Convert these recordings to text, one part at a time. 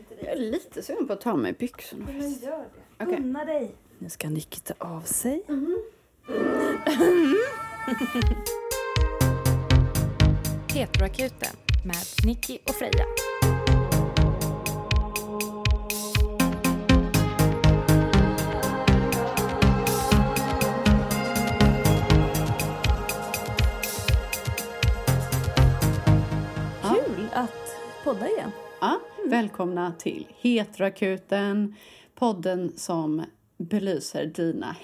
Jag är lite sugen på att ta mig byxorna. Men gör det. Okej. Unna dig. Nu ska Nicky ta av sig. Heteroakuten med Nicky och Freja. Kul att podda igen. Ja, välkomna till Heteroakuten. Podden som belyser dina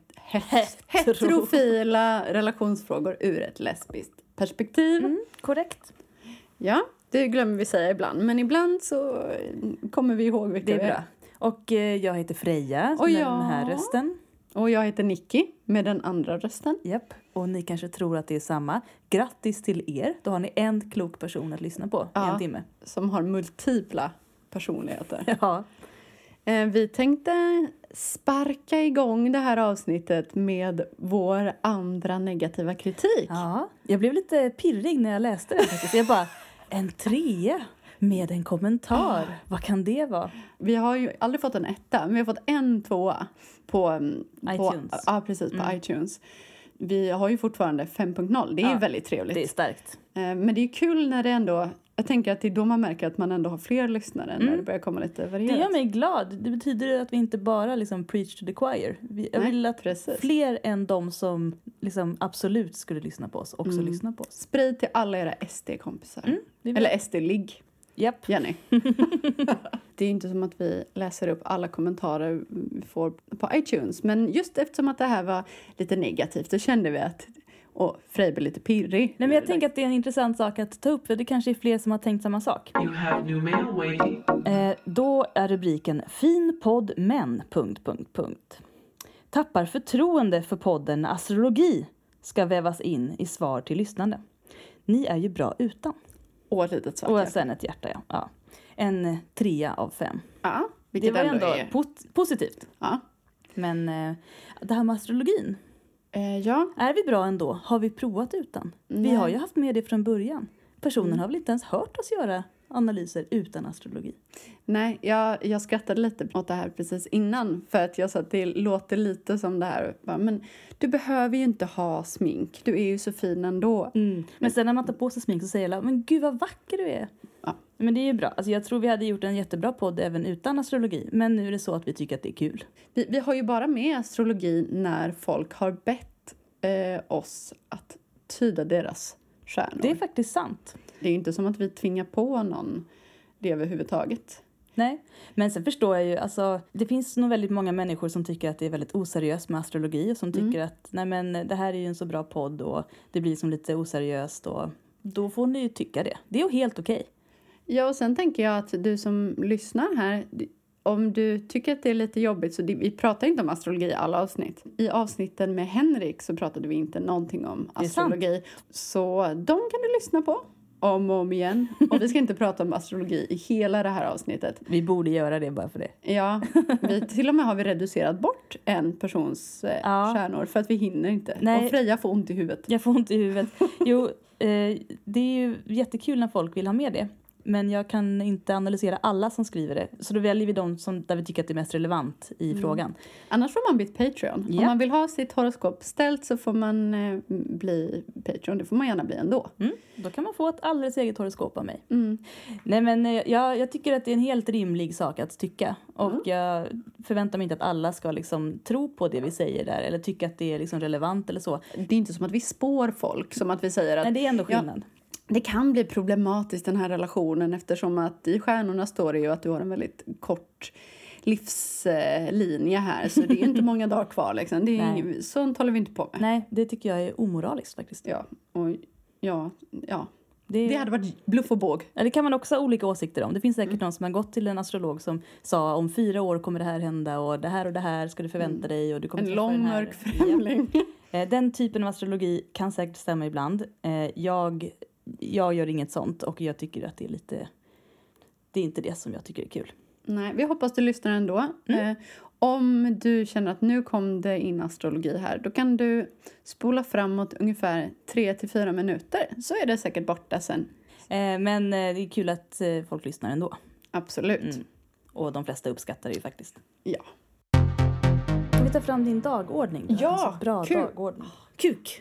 heterofila relationsfrågor ur ett lesbiskt perspektiv. Korrekt. Ja, det glömmer vi säga ibland. Men ibland så kommer vi ihåg vilka Det är vi bra. Och jag heter Freja Och med jag- den här rösten. Och jag heter Nicky med den andra rösten. Japp. Och ni kanske tror att det är samma. Grattis till er. Då har ni en klok person att lyssna på i Ja. en timme. Som har multipla personligheter. Ja. Vi tänkte sparka igång det här avsnittet med vår andra negativa kritik. Ja. Jag blev lite pirrig när jag läste den faktiskt. Jag bara, en 3 med en kommentar. Vad kan det vara? Vi har ju aldrig fått en 1, men vi har fått en 2 på iTunes. Ja, precis, på iTunes. Vi har ju fortfarande 5.0. Det är ju väldigt trevligt. Det är starkt. Men det är kul när det ändå... Jag tänker att det är då man märker att man ändå har fler lyssnare när det börjar komma lite varierat. Det gör mig glad. Det betyder att vi inte bara liksom preach to the choir. Jag Nej, vill att precis. fler än de som liksom absolut skulle lyssna på oss också lyssnar på oss. Sprid till alla era SD-kompisar. det är bra. Eller SD-ligg. Japp. Jenny. Det är inte som att vi läser upp alla kommentarer vi får på iTunes. Men just eftersom att det här var lite negativt så kände vi att... Och Frej blev lite pirrig. Nej, men jag tänker att det är en intressant sak att ta upp. För det kanske är fler som har tänkt samma sak. You have new mail waiting. Då är rubriken Fin podd men... ... Tappar förtroende för podden när astrologi ska vävas in i svar till lyssnande. Ni är ju bra utan. Och ett litet svart Och hjärta. sen ett hjärta, ja. Ja. En 3 av 5. Ja, Det vilket var ändå är... positivt. Ja. Men det här med astrologin. Ja, Är vi bra ändå? Har vi provat utan? Vi Nej. har ju haft med det från början. Personen har väl inte ens hört oss göra analyser utan astrologi. nej, jag skrattade lite åt det här precis innan. För att jag sa att det låter lite som det här. Bara, men du behöver ju inte ha smink. Du är ju så fin ändå. Men sen när man tar på sig smink så säger alla, men gud vad vacker du är. Ja. Men det är ju bra. Alltså jag tror vi hade gjort en jättebra podd även utan astrologi. Men nu är det så att vi tycker att det är kul. Vi har ju bara med astrologi när folk har bett oss att tyda deras stjärnor. Det är faktiskt sant. Det är ju inte som att vi tvingar på någon det överhuvudtaget. Nej, men sen förstår jag ju, alltså det finns nog väldigt många människor som tycker att det är väldigt oseriöst med astrologi och som tycker att nej men det här är ju en så bra podd och det blir som lite oseriöst och då får ni ju tycka det. Det är ju helt okej. Ja, och sen tänker jag att du som lyssnar här, om du tycker att det är lite jobbigt så vi pratar inte om astrologi i alla avsnitt. I avsnitten med Henrik så pratade vi inte någonting om är astrologi. Så de kan du lyssna på om och om igen. Och vi ska inte prata om astrologi i hela det här avsnittet. Vi borde göra det bara för det. Ja, till och med har vi reducerat bort en persons stjärnor för att vi hinner inte. Nej. Och Freja får ont i huvudet. Jag får ont i huvudet. Jo, det är ju jättekul när folk vill ha med det. Men jag kan inte analysera alla som skriver det. Så då väljer vi de där vi tycker att det är mest relevant i frågan. Annars får man bli Patreon. Ja. Om man vill ha sitt horoskop ställt så får man bli Patreon. Det får man gärna bli ändå. Då kan man få ett alldeles eget horoskop av mig. Nej, men jag tycker att det är en helt rimlig sak att tycka. Och jag förväntar mig inte att alla ska liksom tro på det vi säger där. Eller tycka att det är liksom relevant eller så. Det är inte som att vi spår folk. Som att vi säger att Nej, det är ändå skillnad. det kan bli problematiskt den här relationen. Eftersom att i stjärnorna står det ju att du har en väldigt kort livslinje här. Så det är inte många dagar kvar. Liksom. Det är sånt håller vi inte på med. Nej, det tycker jag är omoraliskt faktiskt. Ja, och ja. Det Det hade varit bluff och båg. Ja, det kan man också ha olika åsikter om. Det finns säkert någon som har gått till en astrolog som sa om 4 år kommer det här hända och det här ska du förvänta dig. Och du kommer En träffa lång den här. mörk främling. Den typen av astrologi kan säkert stämma ibland. Jag gör inget sånt och jag tycker att det är lite... Det är inte det som jag tycker är kul. Nej, vi hoppas du lyssnar ändå. Om du känner att nu kom det in astrologi här, då kan du spola framåt ungefär 3-4 minuter. Så är det säkert borta sen. Men det är kul att folk lyssnar ändå. Absolut. Och de flesta uppskattar det ju faktiskt. Ja. Kan vi ta fram din dagordning? Då? Ja, Alltså, bra kul. dagordning. Kuk!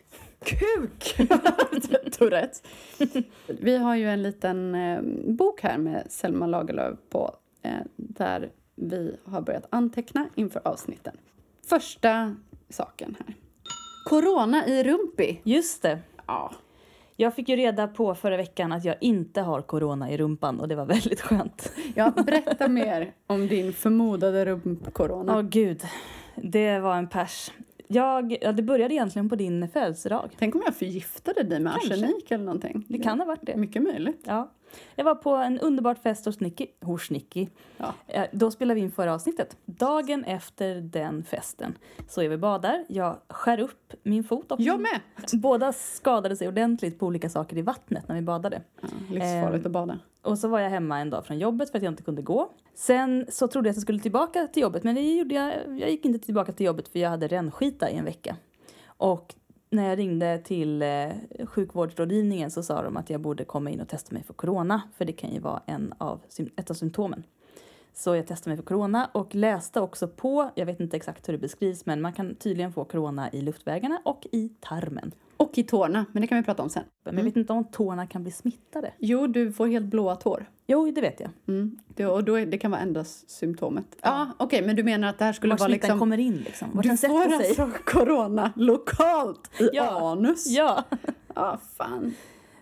Tourettes. Vi har ju en liten bok här med Selma Lagerlöf på. Där vi har börjat anteckna inför avsnitten. Första saken här. Corona i rumpi. Just det. Ja. Jag fick ju reda på förra veckan att jag inte har corona i rumpan och det var väldigt skönt. Ja, berätta mer om din förmodade rumpcorona. Åh gud, det var en pers. Det började egentligen på din födelsedag. Tänk om jag förgiftade dig med Kanske. arsenik eller någonting. Det kan ha varit det. Mycket möjligt. Ja. Jag var på en underbart fest hos Nicky. Ja. Då spelade vi in förra avsnittet. Dagen efter den festen så är vi badar. Jag skär upp min fot. Och Jag med! Båda skadade sig ordentligt på olika saker i vattnet när vi badade. Ja, livsfarligt att bada. Och så var jag hemma en dag från jobbet för att jag inte kunde gå. Sen så trodde jag att jag skulle tillbaka till jobbet. Men jag gick inte tillbaka till jobbet för jag hade rännskita i en vecka. Och när jag ringde till sjukvårdsrådgivningen så sa de att jag borde komma in och testa mig för corona. För det kan ju vara ett av symptomen. Så jag testade mig för corona och läste också på, jag vet inte exakt hur det beskrivs, men man kan tydligen få corona i luftvägarna och i tarmen. Och i tårna, men det kan vi prata om sen. Men jag vet inte om tårna kan bli smittade. Jo, du får helt blåa tår. Jo, det vet jag. Det kan vara enda symptomet. Ja, okej, men du menar att det här skulle Vart vara smittan liksom... kommer in liksom. Vart Du den får sätter sig. alltså corona lokalt i anus. Ja. Ja, fan.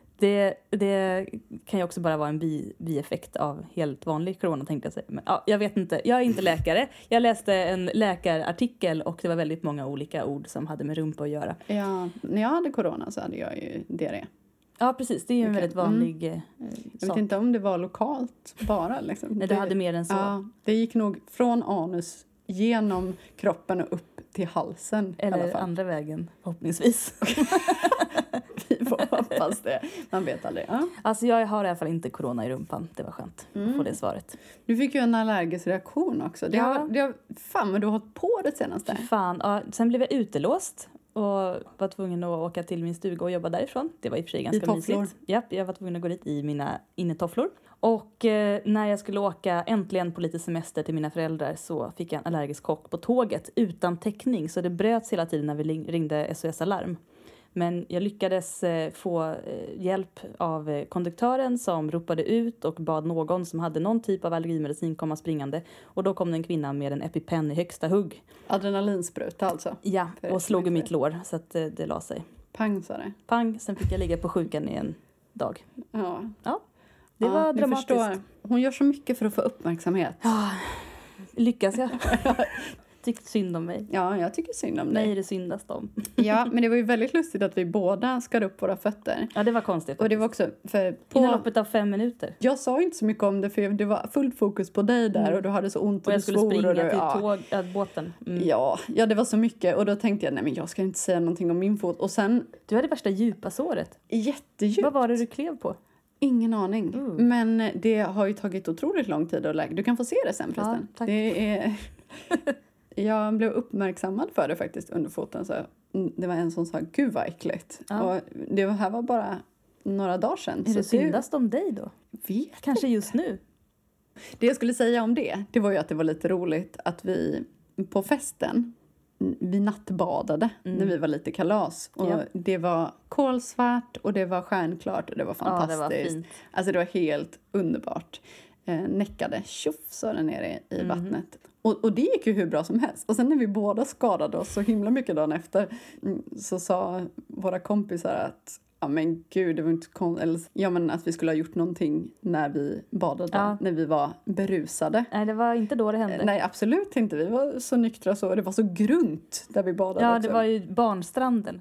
Det kan ju också bara vara en bieffekt av helt vanlig corona, tänkte jag säga. Men ja, jag vet inte. Jag är inte läkare. Jag läste en läkarartikel och det var väldigt många olika ord som hade med rumpa att göra. Ja, när jag hade corona så hade jag ju diarré. Ja, precis. Det är ju en väldigt vanlig Jag sak. vet inte om det var lokalt bara. Liksom. Nej, du hade mer än så. Ja, det gick nog från anus genom kroppen och upp till halsen. i alla Eller fall. andra vägen, förhoppningsvis. Vi får hoppas det. Man vet aldrig. Ja. Alltså jag har i alla fall inte corona i rumpan. Det var skönt att få det svaret. Du fick ju en allergisk reaktion också. Fan, men du har hållit på det senaste. Fan, ja, sen blev jag utelåst och var tvungen att åka till min stuga och jobba därifrån. Det var i och för sig ganska mysigt. Japp, jag var tvungen att gå dit i mina innetofflor. Och när jag skulle åka äntligen på lite semester till mina föräldrar så fick jag en allergisk chock på tåget utan täckning. Så det bröts hela tiden när vi ringde SOS-alarm. Men jag lyckades få hjälp av konduktören som ropade ut och bad någon som hade någon typ av allergimedicin komma springande. Och då kom det en kvinna med en EpiPen i högsta hugg. Adrenalinspruta alltså. Ja, och slog i mitt lår så att det la sig. Pang sa det. Pang, sen fick jag ligga på sjukan i en dag. Ja. Det var dramatiskt. Förstår. Hon gör så mycket för att få uppmärksamhet. Lyckas jag? Tyckte synd om mig. Ja, jag tycker synd om dig. Nej, det syndas om. Ja, men det var ju väldigt lustigt att vi båda skar upp våra fötter. Ja, det var konstigt. Och det var också för Inom loppet av 5 minuter. Jag sa inte så mycket om det för det var fullt fokus på dig där och du hade så ont och jag skulle springa till båten. Ja, det var så mycket och då tänkte jag nej men jag ska inte säga någonting om min fot och sen du hade värsta djupa såret. Jättedjupt. Vad var det du klev på? Ingen aning. Men det har ju tagit otroligt lång tid att läka. Du kan få se det sen förresten. Ja, tack. Det är jag blev uppmärksammad för det faktiskt under foten så det var en som sa gud vad äckligt. Ja. Och det här var bara några dagar sedan. Är det syndast om dig då? Vet kanske just nu. Det jag skulle säga om det var ju att det var lite roligt att vi på festen vi nattbadade när vi var lite kalas. Och det var kolsvart och det var stjärnklart och det var fantastiskt. Ja, det var fint. Alltså det var helt underbart. Näckade tjoff så där nere i vattnet. Och det gick ju hur bra som helst. Och sen när vi båda skadade oss så himla mycket dagen efter så sa våra kompisar att ja men gud, det var inte men att vi skulle ha gjort någonting när vi badade, när vi var berusade. Nej, det var inte då det hände. Nej, absolut inte. Vi var så nyktra så. Det var så grunt där vi badade. Ja, också. det var ju barnstranden.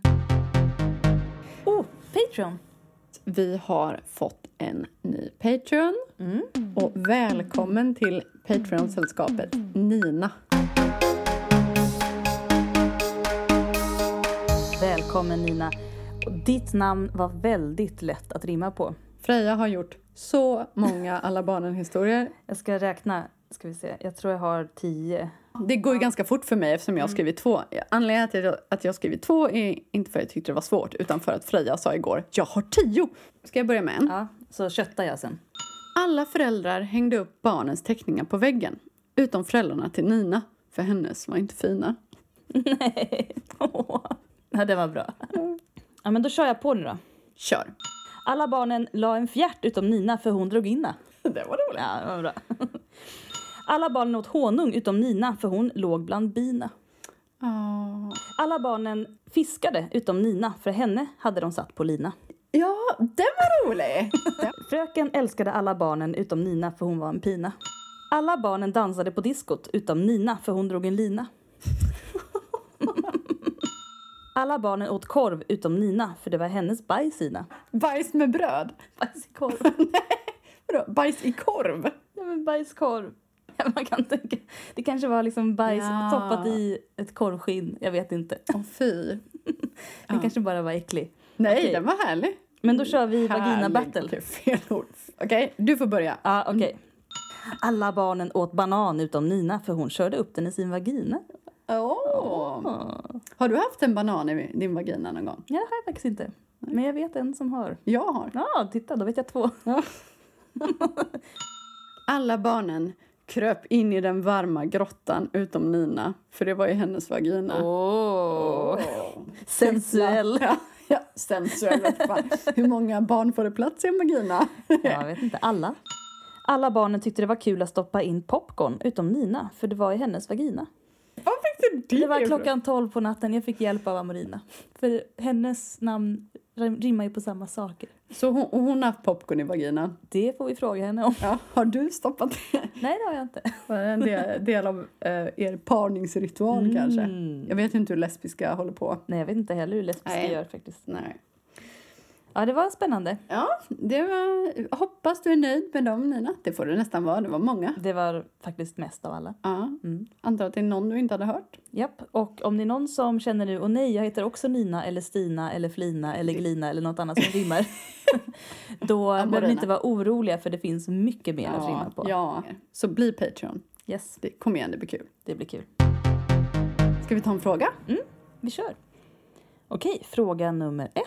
Patreon. Vi har fått en ny Patreon. Och välkommen till Patreon-sällskapet Nina. Välkommen Nina. Och ditt namn var väldigt lätt att rimma på. Freja har gjort så många Alla barnen-historier. Jag ska räkna, ska vi se. Jag tror jag har 10. Det går ju ganska fort för mig eftersom jag har skrivit 2. Anledningen till att jag har skrivit 2 är inte för att jag tyckte det var svårt utan för att Freja sa igår, jag har 10. Ska jag börja med en? Ja, så köttar jag sen. Alla föräldrar hängde upp barnens teckningar på väggen. Utom föräldrarna till Nina. För hennes var inte fina. Nej. Ja, det var bra. Ja, men då kör jag på nu då. Kör. Alla barnen la en fjärt utom Nina för hon drog inna. Det var roligt. Ja, det var bra. Alla barnen åt honung utom Nina för hon låg bland bina. Alla barnen fiskade utom Nina för henne hade de satt på lina. Ja, den var rolig. Fröken älskade alla barnen utom Nina för hon var en pina. Alla barnen dansade på diskot utom Nina för hon drog en lina. Alla barnen åt korv utom Nina för det var hennes bajs Ina. Bajs med bröd. Bajs i korv. Vadå? Bajs i korv? Ja, men bajskorv. Ja, man kan tänka. Det kanske var liksom bajs toppat i ett korvskinn. Jag vet inte. Åh fy. Den kanske bara var äcklig. Nej, Okej. den var härlig. Men då kör vi vagina battle. Okej, fel ord. Okej, du får börja. Ja, okej. Alla barnen åt banan utom Nina för hon körde upp den i sin vagina. Har du haft en banan i din vagina någon gång? Ja, det har jag faktiskt inte. Men jag vet en som har. Jag har. Ja, titta, då vet jag 2. Alla barnen kröp in i den varma grottan utom Nina. För det var ju hennes vagina. Sensuell. Ja, sensuell. Hur många barn får det plats i en vagina? Jag vet inte, alla. Alla barnen tyckte det var kul att stoppa in popcorn utom Nina. För det var i hennes vagina. Vad fick du Det var klockan 12 på natten. Jag fick hjälp av Amorina. För hennes namn rimmar ju på samma saker. Så hon har haft popcorn i vaginan? Det får vi fråga henne om. Ja, har du stoppat det? Nej, det har jag inte. Var det en del av er parningsritual kanske? Jag vet inte hur lesbiska håller på. Nej, jag vet inte heller hur lesbiska gör faktiskt. Nej. Ja, det var spännande. Ja, det var... Hoppas du är nöjd med dem, Nina. Det får du nästan vara. Det var många. Det var faktiskt mest av alla. Ja. Antar att det är någon du inte hade hört. Japp, och om det är någon som känner nu, och nej, jag heter också Nina, eller Stina, eller Flina, eller Glina, eller något annat som rimmar. Då behöver ni inte vara oroliga, för det finns mycket mer att rimma på. Ja, så bli Patreon. Yes, Kom igen, det blir kul. det blir kul. Ska vi ta en fråga? Vi kör. Okej, fråga nummer 1.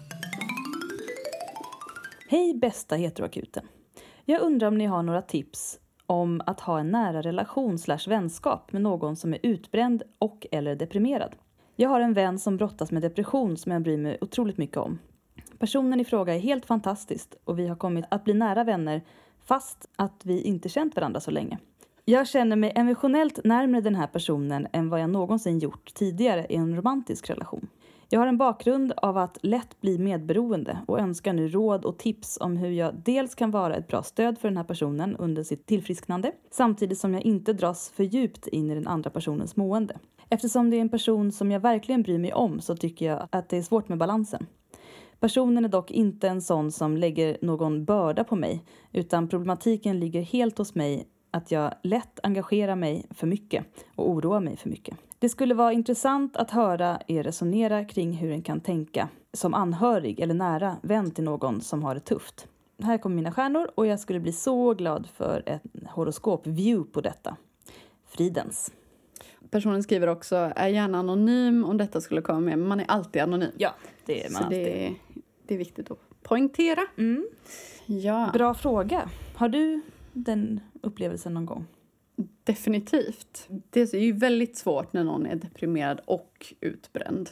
Hej bästa heteroakuten. Jag undrar om ni har några tips om att ha en nära relation / vänskap med någon som är utbränd och eller deprimerad. Jag har en vän som brottas med depression som jag bryr mig otroligt mycket om. Personen i fråga är helt fantastisk och vi har kommit att bli nära vänner fast att vi inte känt varandra så länge. Jag känner mig emotionellt närmare den här personen än vad jag någonsin gjort tidigare i en romantisk relation. Jag har en bakgrund av att lätt bli medberoende och önskar nu råd och tips om hur jag dels kan vara ett bra stöd för den här personen under sitt tillfrisknande samtidigt som jag inte dras för djupt in i den andra personens mående. Eftersom det är en person som jag verkligen bryr mig om så tycker jag att det är svårt med balansen. Personen är dock inte en sån som lägger någon börda på mig utan problematiken ligger helt hos mig att jag lätt engagerar mig för mycket och oroar mig för mycket. Det skulle vara intressant att höra er resonera kring hur en kan tänka som anhörig eller nära vän till någon som har det tufft. Här kommer mina stjärnor och jag skulle bli så glad för en horoskop-view på detta. Fridens. Personen skriver också, är gärna anonym om detta skulle komma med. Men man är alltid anonym. Ja, det är man så alltid. Det är viktigt att poängtera. Ja. Bra fråga. Har du den upplevelsen någon gång? Definitivt. Det är ju väldigt svårt när någon är deprimerad och utbränd.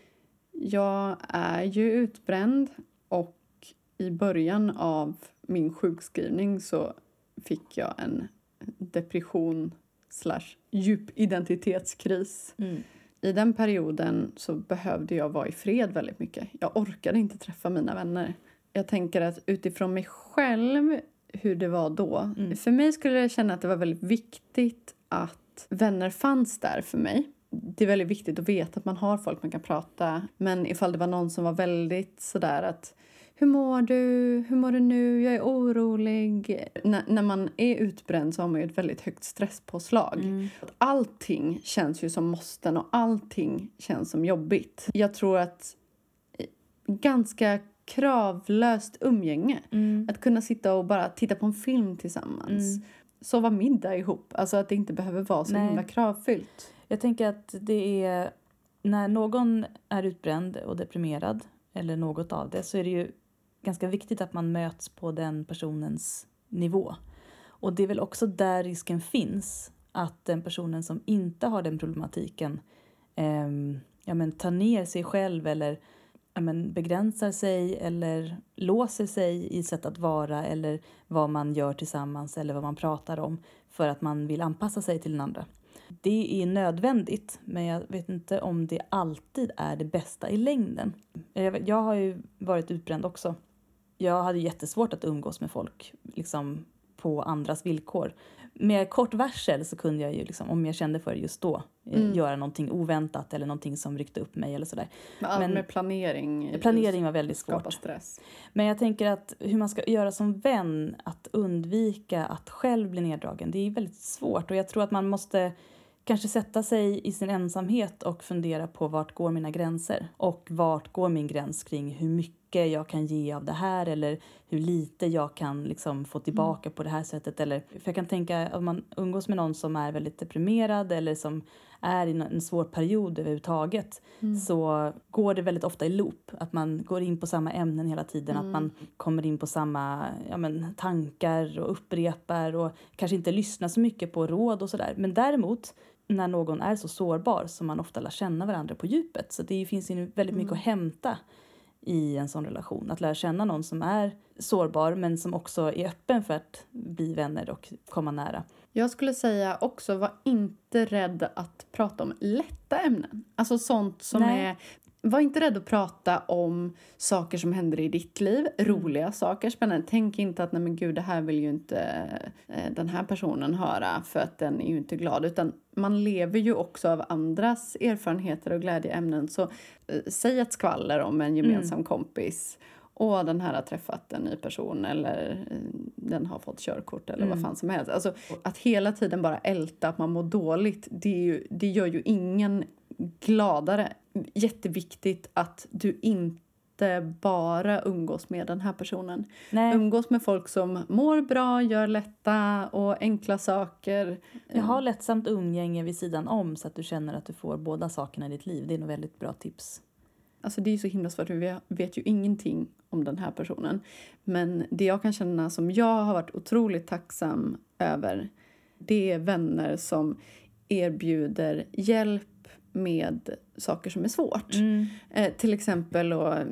Jag är ju utbränd och i början av min sjukskrivning så fick jag en depression / djup identitetskris. I den perioden så behövde jag vara i fred väldigt mycket. Jag orkade inte träffa mina vänner. Jag tänker att utifrån mig själv hur det var då. För mig skulle jag känna att det var väldigt viktigt att vänner fanns där för mig. Det är väldigt viktigt att veta att man har folk man kan prata. Men ifall det var någon som var väldigt sådär att hur mår du? Hur mår du nu? Jag är orolig. När man är utbränd så har man ju ett väldigt högt stresspåslag. Allting känns ju som måsten och allting känns som jobbigt. Jag tror att ganska kravlöst umgänge. Att kunna sitta och bara titta på en film tillsammans. Sova middag ihop. Alltså att det inte behöver vara så himla kravfyllt. Jag tänker att det är när någon är utbränd och deprimerad eller något av det så är det ju ganska viktigt att man möts på den personens nivå. Och det är väl också där risken finns att den personen som inte har den problematiken tar ner sig själv eller begränsar sig eller låser sig i sätt att vara eller vad man gör tillsammans eller vad man pratar om för att man vill anpassa sig till den andra. Det är nödvändigt, men jag vet inte om det alltid är det bästa i längden. Jag har ju varit utbränd också. Jag hade jättesvårt att umgås med folk liksom på andras villkor. Med kort varsel så kunde jag ju, liksom, om jag kände för det just då, göra någonting oväntat eller någonting som ryckte upp mig eller sådär. Men med planering var väldigt svårt. Stress. Men jag tänker att hur man ska göra som vän att undvika att själv bli neddragen, det är väldigt svårt. Och jag tror att man måste kanske sätta sig i sin ensamhet och fundera på vart går mina gränser. Och vart går min gräns kring hur mycket jag kan ge av det här eller hur lite jag kan liksom få tillbaka på det här sättet. Eller, för jag kan tänka om man umgås med någon som är väldigt deprimerad eller som är i en svår period överhuvudtaget så går det väldigt ofta i loop. Att man går in på samma ämnen hela tiden. Att man kommer in på samma tankar och upprepar och kanske inte lyssnar så mycket på råd och sådär. Men däremot när någon är så sårbar som man ofta lär känna varandra på djupet. Så det finns ju väldigt mycket att hämta i en sån relation. Att lära känna någon som är sårbar men som också är öppen för att bli vänner och komma nära. Jag skulle säga också, var inte rädd att prata om lätta ämnen. Alltså sånt som är... Var inte rädd att prata om saker som händer i ditt liv. Roliga saker, spännande. Tänk inte att nej men gud, det här vill ju inte den här personen höra för att den är ju inte glad. Utan man lever ju också av andras erfarenheter och glädjeämnen. Så säg ett skvaller om en gemensam kompis. Och den här har träffat en ny person eller den har fått körkort eller vad fan som helst. Alltså att hela tiden bara älta att man mår dåligt, det gör ju ingen gladare. Jätteviktigt att du inte bara umgås med den här personen. Nej. Umgås med folk som mår bra, gör lätta och enkla saker. Jag har lättsamt umgänge vid sidan om så att du känner att du får båda sakerna i ditt liv. Det är nog väldigt bra tips. Alltså det är så himla svårt, vi vet ju ingenting om den här personen. Men det jag kan känna som jag har varit otroligt tacksam över, det är vänner som erbjuder hjälp med saker som är svårt. Till exempel,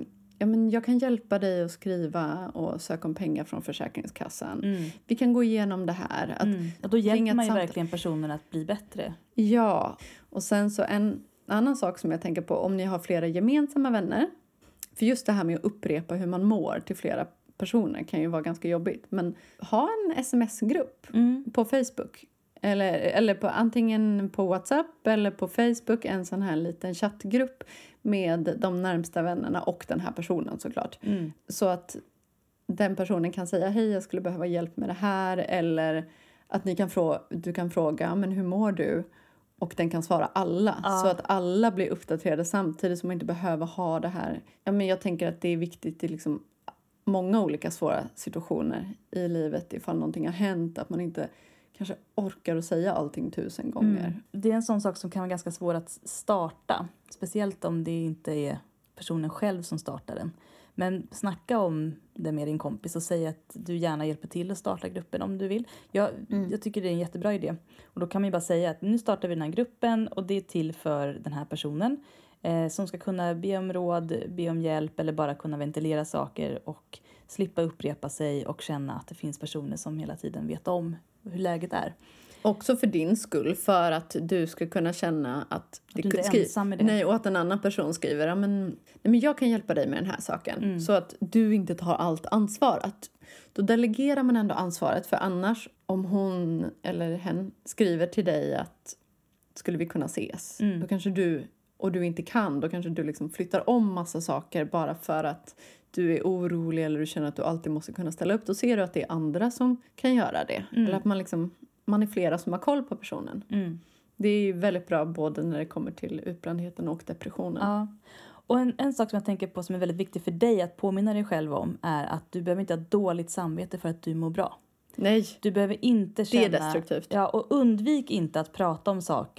jag kan hjälpa dig att skriva och söka om pengar från Försäkringskassan. Vi kan gå igenom det här. Och då hjälper man ju verkligen personen att bli bättre. Ja, och sen så en annan sak som jag tänker på, om ni har flera gemensamma vänner. För just det här med att upprepa hur man mår till flera personer kan ju vara ganska jobbigt. Men ha en sms-grupp på Facebook. Eller på, antingen på WhatsApp eller på Facebook, en sån här liten chattgrupp med de närmsta vännerna och den här personen såklart. Så att den personen kan säga, hej jag skulle behöva hjälp med det här. Eller att du kan fråga, men hur mår du? Och den kan svara alla. Så att alla blir uppdaterade samtidigt som man inte behöver ha det här. Ja, men jag tänker att det är viktigt i liksom många olika svåra situationer i livet. Ifall någonting har hänt, att man inte kanske orkar att säga allting 1000 gånger. Det är en sån sak som kan vara ganska svår att starta. Speciellt om det inte är personen själv som startar den. Men snacka om det med din kompis och säg att du gärna hjälper till att starta gruppen om du vill. Jag tycker det är en jättebra idé. Och då kan man ju bara säga att nu startar vi den här gruppen och det är till för den här personen. Som ska kunna be om råd, be om hjälp eller bara kunna ventilera saker och slippa upprepa sig och känna att det finns personer som hela tiden vet om hur läget är. Också för din skull, för att du ska kunna känna att du inte är ensam med det. Nej, och att en annan person skriver, men jag kan hjälpa dig med den här saken. Så att du inte tar allt ansvar. Då delegerar man ändå ansvaret, för annars om hon eller hen skriver till dig att skulle vi kunna ses, då kanske du inte kan, då kanske du liksom flyttar om massa saker bara för att du är orolig eller du känner att du alltid måste kunna ställa upp. Då ser du att det är andra som kan göra det. Eller att man är flera som har koll på personen. Det är ju väldigt bra både när det kommer till utbrändheten och depressionen. Ja. Och en sak som jag tänker på som är väldigt viktig för dig att påminna dig själv om är att du behöver inte ha dåligt samvete för att du mår bra. Nej. Du behöver inte känna... Det är destruktivt. Ja, och undvik inte att prata om saker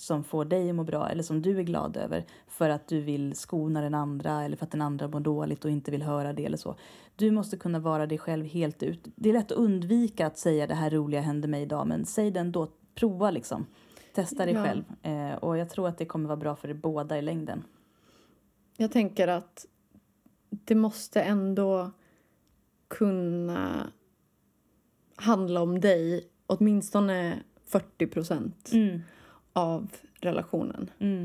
som får dig att må bra eller som du är glad över för att du vill skona den andra eller för att den andra mår dåligt och inte vill höra det eller så. Du måste kunna vara dig själv helt ut. Det är lätt att undvika att säga det här roliga hände mig idag, men säg den då, prova liksom. Testa dig själv. Och jag tror att det kommer vara bra för er båda i längden. Jag tänker att det måste ändå kunna handla om dig åtminstone 40% av relationen.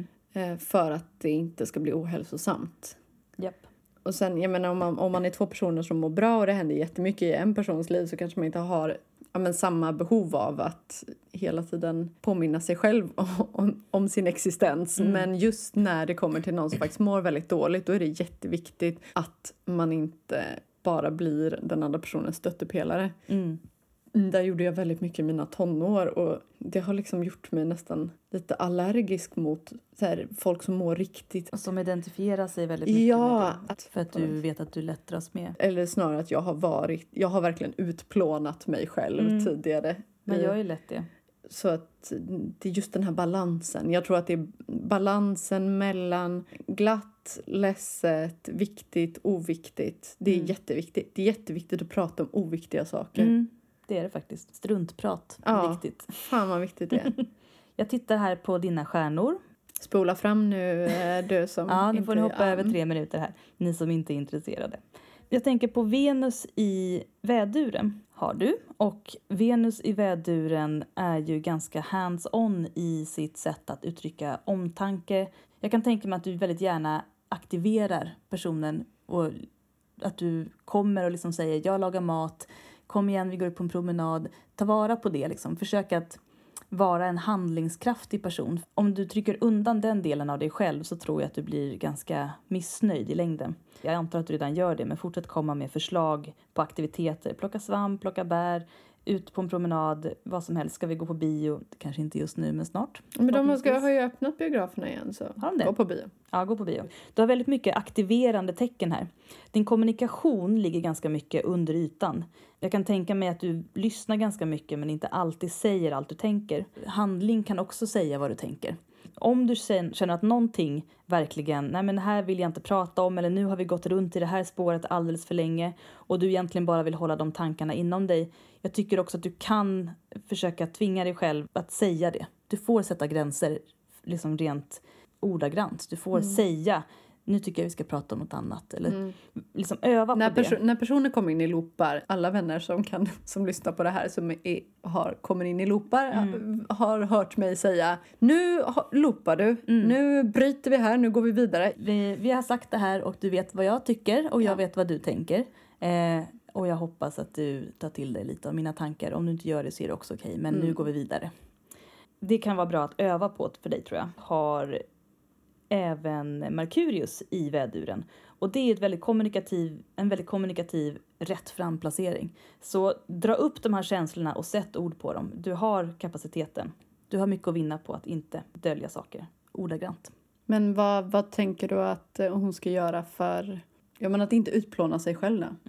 För att det inte ska bli ohälsosamt. Japp. Och sen, jag menar, om man är 2 personer som mår bra och det händer jättemycket i en persons liv, så kanske man inte har samma behov av att hela tiden påminna sig själv om sin existens. Men just när det kommer till någon som faktiskt mår väldigt dåligt, då är det jätteviktigt att man inte bara blir den andra personens stöttepelare. Där gjorde jag väldigt mycket i mina tonår, och det har liksom gjort mig nästan lite allergisk mot så här, folk som mår riktigt. Och som identifierar sig väldigt mycket med det. För att du vet att du lätt dras med. Eller snarare att jag har verkligen utplånat mig själv tidigare. Men jag är lätt det. Så att det är just den här balansen. Jag tror att det är balansen mellan glatt, ledset, viktigt, oviktigt. Det är jätteviktigt. Det är jätteviktigt att prata om oviktiga saker. Det är det faktiskt. Struntprat är Ja, viktigt. Fan vad viktigt det är. Jag tittar här på dina stjärnor. Spola fram nu, du som Ja, nu inte... får ni hoppa över 3 minuter här. Ni som inte är intresserade. Jag tänker på Venus i väduren har du. Och Venus i väduren är ju ganska hands-on i sitt sätt att uttrycka omtanke. Jag kan tänka mig att du väldigt gärna aktiverar personen. Och att du kommer och liksom säger, jag lagar mat. Kom igen, vi går upp på en promenad. Ta vara på det liksom. Försök att vara en handlingskraftig person. Om du trycker undan den delen av dig själv, så tror jag att du blir ganska missnöjd i längden. Jag antar att du redan gör det, men fortsätt komma med förslag på aktiviteter. Plocka svamp, plocka bär, ut på en promenad, vad som helst. Ska vi gå på bio? Kanske inte just nu, men snart. Men de har ju öppnat biograferna igen, så har de det? Gå på bio. Ja, gå på bio. Du har väldigt mycket aktiverande tecken här. Din kommunikation ligger ganska mycket under ytan. Jag kan tänka mig att du lyssnar ganska mycket, men inte alltid säger allt du tänker. Handling kan också säga vad du tänker. Om du känner att någonting verkligen, nej men det här vill jag inte prata om, eller nu har vi gått runt i det här spåret alldeles för länge och du egentligen bara vill hålla de tankarna inom dig. Jag tycker också att du kan försöka tvinga dig själv att säga det. Du får sätta gränser liksom rent ordagrant. Du får säga, nu tycker jag vi ska prata om något annat. Eller liksom öva på det. När personer kommer in i loopar, alla vänner som lyssnar på det här kommer in i loopar har hört mig säga, nu loopar du, nu bryter vi här, nu går vi vidare. Vi har sagt det här och du vet vad jag tycker och jag vet vad du tänker. Och jag hoppas att du tar till dig lite av mina tankar. Om du inte gör det så är det också okej, men nu går vi vidare. Det kan vara bra att öva på för dig, tror jag. Har även Merkurius i väduren. Och det är en väldigt kommunikativ rätt framplacering. Så dra upp de här känslorna och sätt ord på dem. Du har kapaciteten. Du har mycket att vinna på att inte dölja saker ordagrant. Men vad tänker du att hon ska göra för att inte utplåna sig själv då?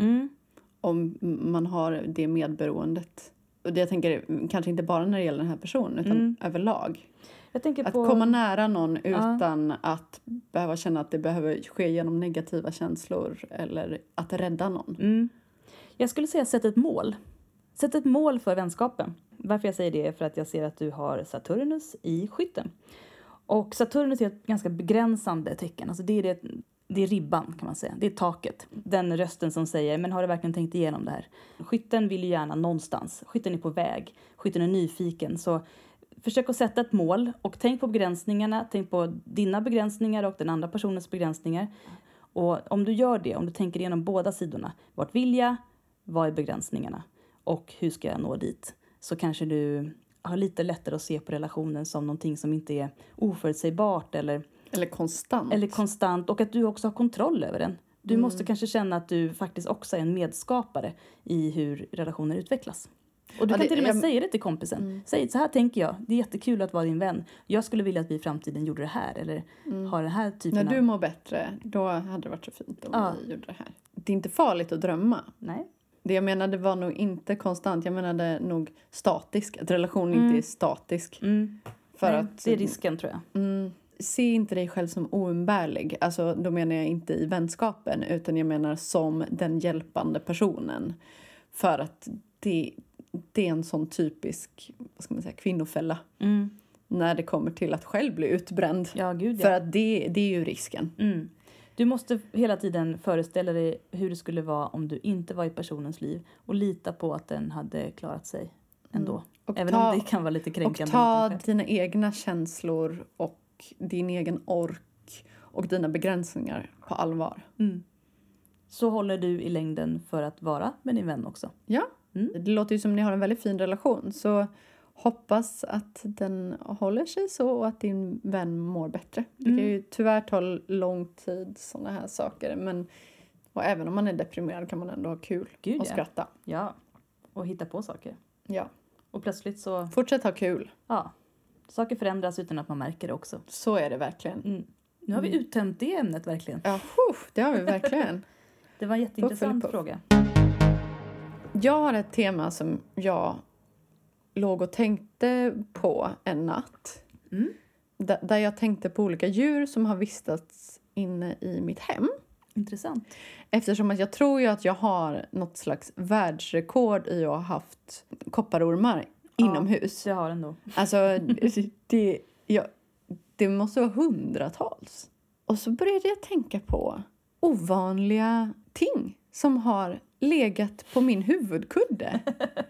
Om man har det medberoendet. Och det jag tänker kanske inte bara när det gäller den här personen utan överlag. Jag tänker att komma nära någon utan att behöva känna att det behöver ske genom negativa känslor eller att rädda någon. Jag skulle säga sätt ett mål. Sätt ett mål för vänskapen. Varför jag säger det är för att jag ser att du har Saturnus i Skytten. Och Saturnus är ett ganska begränsande tecken. Alltså det är ribban kan man säga. Det är taket. Den rösten som säger, men har du verkligen tänkt igenom det här? Skytten vill ju gärna någonstans. Skytten är på väg. Skytten är nyfiken. Så försök att sätta ett mål och tänk på begränsningarna. Tänk på dina begränsningar och den andra personens begränsningar. Och om du gör det, om du tänker igenom båda sidorna. Vart vill jag? Vad är begränsningarna? Och hur ska jag nå dit? Så kanske du har lite lättare att se på relationen som någonting som inte är oförutsägbart eller konstant. Och att du också har kontroll över den. Du måste kanske känna att du faktiskt också är en medskapare i hur relationer utvecklas. Och du kan till och med säga det till kompisen. Säg, så här tänker jag. Det är jättekul att vara din vän. Jag skulle vilja att vi i framtiden gjorde det här. Eller har den här typen När du mår bättre, då hade det varit så fint om vi gjorde det här. Det är inte farligt att drömma. Nej. Det jag menade var nog inte konstant. Jag menade nog statisk. Att relationen inte är statisk. För Nej, att, det är risken tror jag. se inte dig själv som oumbärlig. Alltså, då menar jag inte i vänskapen, utan jag menar som den hjälpande personen. För att det är en sån typisk, vad ska man säga, kvinnofälla. När det kommer till att själv bli utbränd. Ja, gud ja. För att det är ju risken. Du måste hela tiden föreställa dig hur det skulle vara om du inte var i personens liv. Och lita på att den hade klarat sig ändå. Även om det kan vara lite kränkande. Och ta dina egna känslor och din egen ork och dina begränsningar på allvar. Så håller du i längden för att vara med din vän också. Ja, det låter ju som ni har en väldigt fin relation. Så hoppas att den håller sig så och att din vän mår bättre. Det kan ju tyvärr ta lång tid, sådana här saker. Och även om man är deprimerad kan man ändå ha kul och skratta. Ja, och hitta på saker. Ja. Och plötsligt så... Fortsätt ha kul. Ja, saker förändras utan att man märker det också. Så är det verkligen. Nu har vi uttömt det ämnet verkligen. Ja, det har vi verkligen. Det var en jätteintressant fråga. Jag har ett tema som jag låg och tänkte på en natt. Där jag tänkte på olika djur som har vistats inne i mitt hem. Intressant. Eftersom att jag tror ju att jag har något slags världsrekord i att ha haft kopparormar inomhus. Det har den då. Alltså, det måste vara hundratals. Och så började jag tänka på ovanliga ting som har legat på min huvudkudde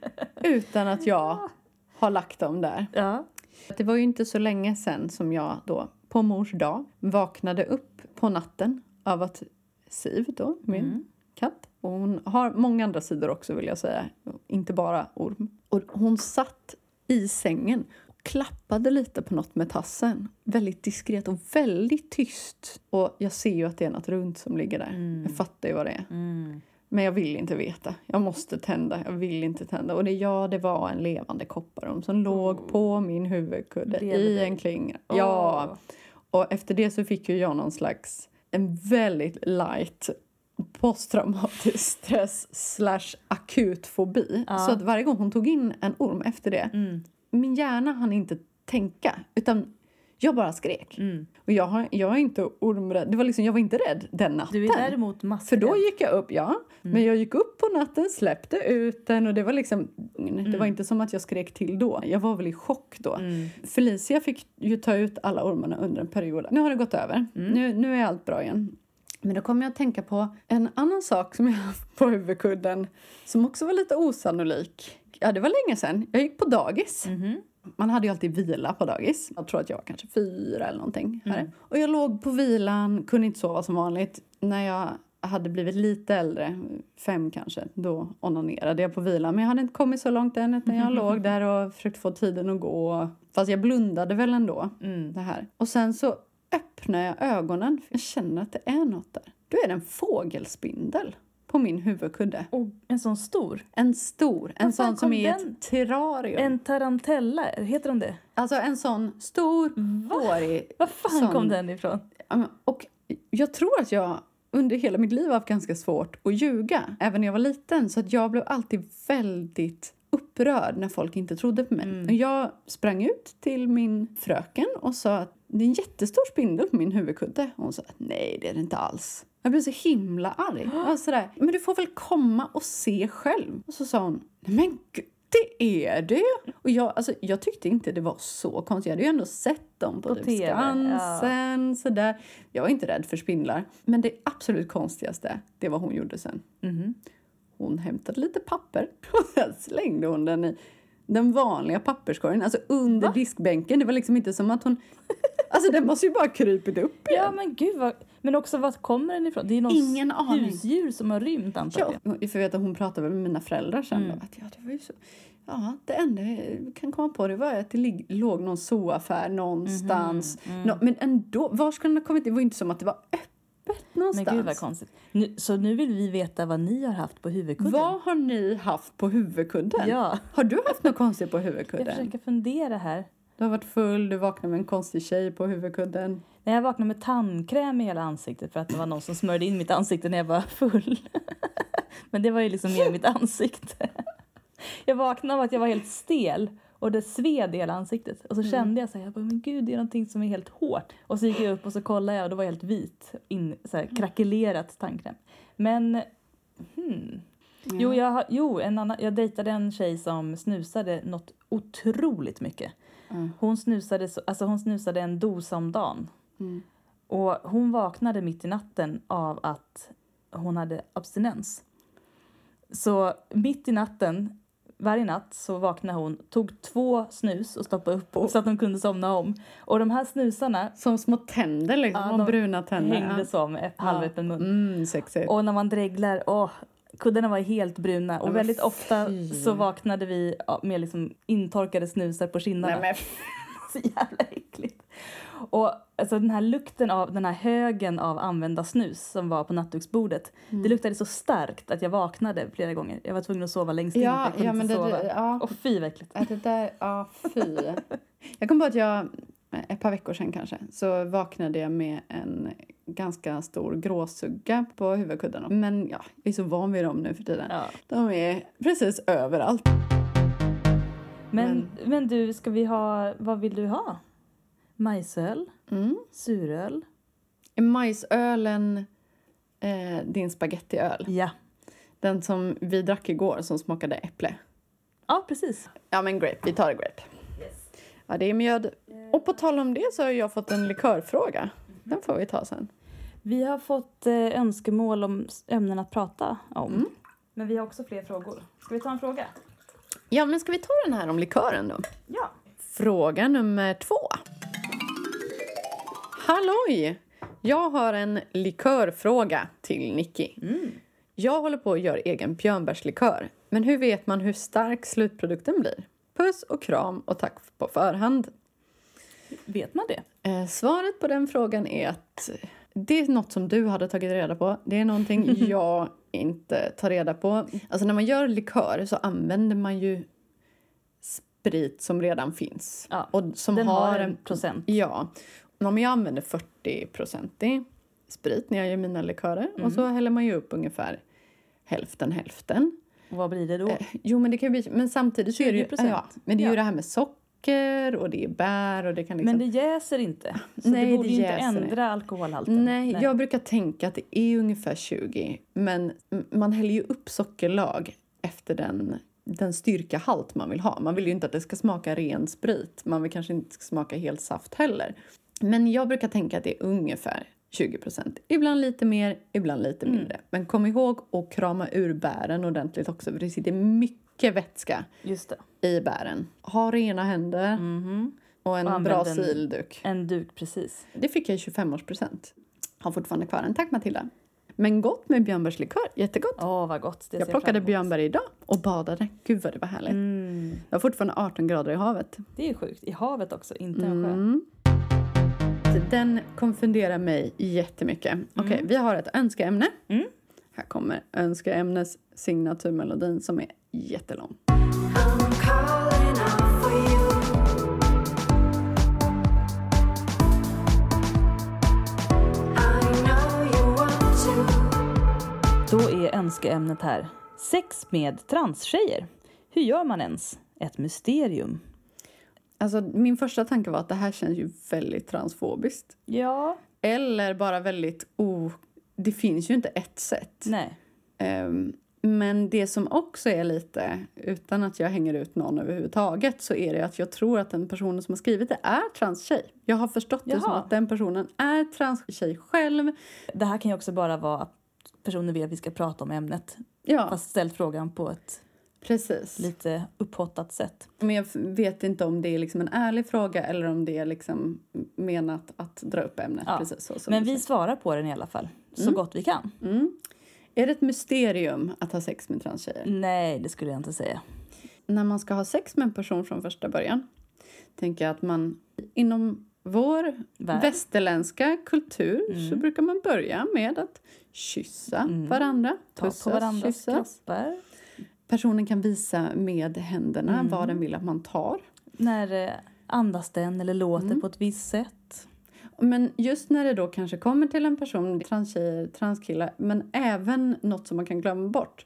utan att jag har lagt dem där. Ja. Det var ju inte så länge sedan som jag då på mors dag vaknade upp på natten av att Siv då, min katt. Och hon har många andra sidor också vill jag säga. Inte bara orm. Och hon satt i sängen och klappade lite på något med tassen. Väldigt diskret och väldigt tyst. Och jag ser ju att det är något runt som ligger där. Jag fattar ju vad det är. Men jag vill inte veta. Jag måste tända. Jag vill inte tända. Och det var en levande kopparorm som låg på min huvudkudde i en klinga. Ja. Och efter det så fick ju jag någon slags en väldigt light posttraumatisk stress / akut fobi. Så att varje gång hon tog in en orm efter det. Min hjärna hann inte tänka. Utan jag bara skrek. Och jag är inte ormrädd. Det var liksom, jag var inte rädd den natten. Du är däremot massrädd. För då gick jag upp, Men jag gick upp på natten, släppte ut den. Och det var liksom, det var inte som att jag skrek till då. Jag var väl i chock då. Felicia fick ju ta ut alla ormarna under en period. Nu har det gått över. Nu är allt bra igen. Men då kom jag att tänka på en annan sak som jag haft på huvudkudden. Som också var lite osannolik. Ja, det var länge sedan. Jag gick på dagis. Man hade ju alltid vila på dagis. Jag tror att jag var kanske 4 eller någonting. Och jag låg på vilan, kunde inte sova som vanligt. När jag hade blivit lite äldre, 5 kanske, då onanerade jag på vilan. Men jag hade inte kommit så långt än, utan jag låg där och försökte få tiden att gå. Fast jag blundade väl ändå, det här. Och sen så öppnar jag ögonen, för jag känner att det är något där. Då är det en fågelspindel på min huvudkudde. Och en sån stor? En sån som är ett terrarium. En tarantella, heter de det? Alltså en sån stor, hårig. Vad fan kom den ifrån? Och jag tror att jag under hela mitt liv har haft ganska svårt att ljuga. Även när jag var liten. Så att jag blev alltid väldigt upprörd när folk inte trodde på mig. Och jag sprang ut till min fröken och sa att det är en jättestor spindel på min huvudkudde. Och hon sa att nej, det är det inte alls. Jag blev så himla arg. Och sådär, men du får väl komma och se själv. Och så sa hon, nej men gud, det är det. Och jag tyckte inte det var så konstigt. Jag hade ju ändå sett dem på typ Skansen. Sådär. Jag var inte rädd för spindlar. Men det absolut konstigaste, det var hon gjorde sen. Hon hämtade lite papper och sen slängde hon den i den vanliga papperskorgen. Alltså under diskbänken. Det var liksom inte som att hon... Alltså den måste ju bara krypit upp igen. Ja men gud, men också vad kommer den ifrån? Det är ingen aning. Husdjur som har rymt antagligen. Ja, för jag vet att hon pratade med mina föräldrar sen. Att, det var ju så... Ja, det enda jag kan komma på det var att det låg någon zooaffär någonstans. Men ändå, var skulle den ha kommit? Det var ju inte som att det var öppet någonstans. Men gud vad konstigt. Så nu vill vi veta vad ni har haft på huvudkudden. Vad har ni haft på huvudkudden? Ja. Har du haft något konstigt på huvudkudden? Jag försöker fundera här. Du har varit full, du vaknade med en konstig tjej på huvudkudden. Nej, jag vaknade med tandkräm i hela ansiktet för att det var någon som smörjde in mitt ansikte när jag var full. Men det var ju liksom mer mitt ansikte. Jag vaknade av att jag var helt stel Och det sved i hela ansiktet. Och så kände jag så här, jag bara, men gud, det är någonting som är helt hårt. Och så gick jag upp och så kollade jag och det var helt vit. Så här, krackelerat tandkräm. Men, jag dejtade en tjej som snusade något otroligt mycket. Hon snusade en dosa om dagen. Och hon vaknade mitt i natten av att hon hade abstinens. Så mitt i natten, varje natt, så vaknade hon, tog 2 snus och stoppade upp så att hon kunde somna om. Och de här snusarna... Som små tänder liksom, och bruna tänder. Hängde som halvöppen mun. Sexigt. Och när man dreglar, kuddarna var helt bruna. Och väldigt ofta så vaknade vi med liksom intorkade snusar på kinderna. Nej, men... Så jävla äckligt. Och alltså den här lukten av den här högen av använda snus som var på nattduksbordet. Det luktade så starkt att jag vaknade flera gånger. Jag var tvungen att sova längst in. Jag kunde inte sova. Och fy vad äckligt. Det där, fy. Jag kom på att ett par veckor sedan kanske, så vaknade jag med en ganska stor gråsugga på huvudkuddarna. Men jag är så van vid dem nu för tiden. Ja. De är precis överallt. Men du, ska vi ha, vad vill du ha? Majsöl? Suröl? Är majsölen din spagettiöl? Ja. Den som vi drack igår som smakade äpple. Ja, precis. Ja, men grape. Vi tar grape. Yes. Ja, det är mjöd. Och på tal om det så har jag fått en likörfråga. Den får vi ta sen. Vi har fått önskemål om ämnen att prata om. Men vi har också fler frågor. Ska vi ta en fråga? Ja, men ska vi ta den här om likören då? Ja. Fråga nummer 2. Halloj! Jag har en likörfråga till Nicky. Jag håller på att göra egen björnbärslikör. Men hur vet man hur stark slutprodukten blir? Puss och kram och tack på förhand. Vet man det? Svaret på den frågan är att det är något som du hade tagit reda på. Det är någonting jag inte tar reda på. Alltså när man gör likör så använder man ju sprit som redan finns. Ja, och som den har en procent. Ja. Om jag använder 40% sprit när jag gör mina likörer. Och så häller man ju upp ungefär hälften. Och vad blir det då? Jo, men det kan bli... Men samtidigt så är det ju... 20%. Ja, men det är ju det här med socker och det är bär och det kan liksom... Men det jäser inte. Så Nej, det borde det ju inte jäser ändra alkoholhalten. Nej, jag brukar tänka att det är ungefär 20. Men man häller ju upp sockerlag efter den styrkehalt man vill ha. Man vill ju inte att det ska smaka ren sprit. Man vill kanske inte smaka helt saft heller. Men jag brukar tänka att det är ungefär 20%. Ibland lite mer, ibland lite mindre. Men kom ihåg att krama ur bären ordentligt också. För det sitter mycket vätska i bären. Ha rena händer och en bra silduk. En duk, precis. Det fick jag i 25-årspresent. Har fortfarande kvar en. Tack Matilda. Men gott med björnbärslikör. Jättegott. Vad gott. Jag plockade björnbär idag och badade. Gud vad det var härligt. Jag har fortfarande 18 grader i havet. Det är sjukt. I havet också, inte en sjö. Den konfunderar mig jättemycket. Okej, vi har ett önskeämne. Här kommer önskeämnes signaturmelodin som är jättelång. Då är önskeämnet här. Sex med transtjejer. Hur gör man ens? Ett mysterium. Alltså min första tanke var att det här känns ju väldigt transfobiskt. Ja. Eller bara väldigt det finns ju inte ett sätt. Nej. Men det som också är lite, utan att jag hänger ut någon överhuvudtaget, så är det att jag tror att den personen som har skrivit det är transtjej. Jag har förstått det som att den personen är transtjej själv. Det här kan ju också bara vara att personen vill att vi ska prata om ämnet. Ja. Fast ställt frågan på ett lite upphottat sätt. Men jag vet inte om det är liksom en ärlig fråga eller om det är liksom menat att dra upp ämnet. Ja. Precis så, men vi svarar på den i alla fall. Så gott vi kan. Är det ett mysterium att ha sex med transtjejer? Nej, det skulle jag inte säga. När man ska ha sex med en person från första början, tänker jag att man inom vår västerländska kultur så brukar man börja med att kyssa varandra. Ta på varandras kroppar. Personen kan visa med händerna vad den vill att man tar. När andas den eller låter på ett visst sätt. Men just när det då kanske kommer till en person, transtjejer, transkillar, men även något som man kan glömma bort.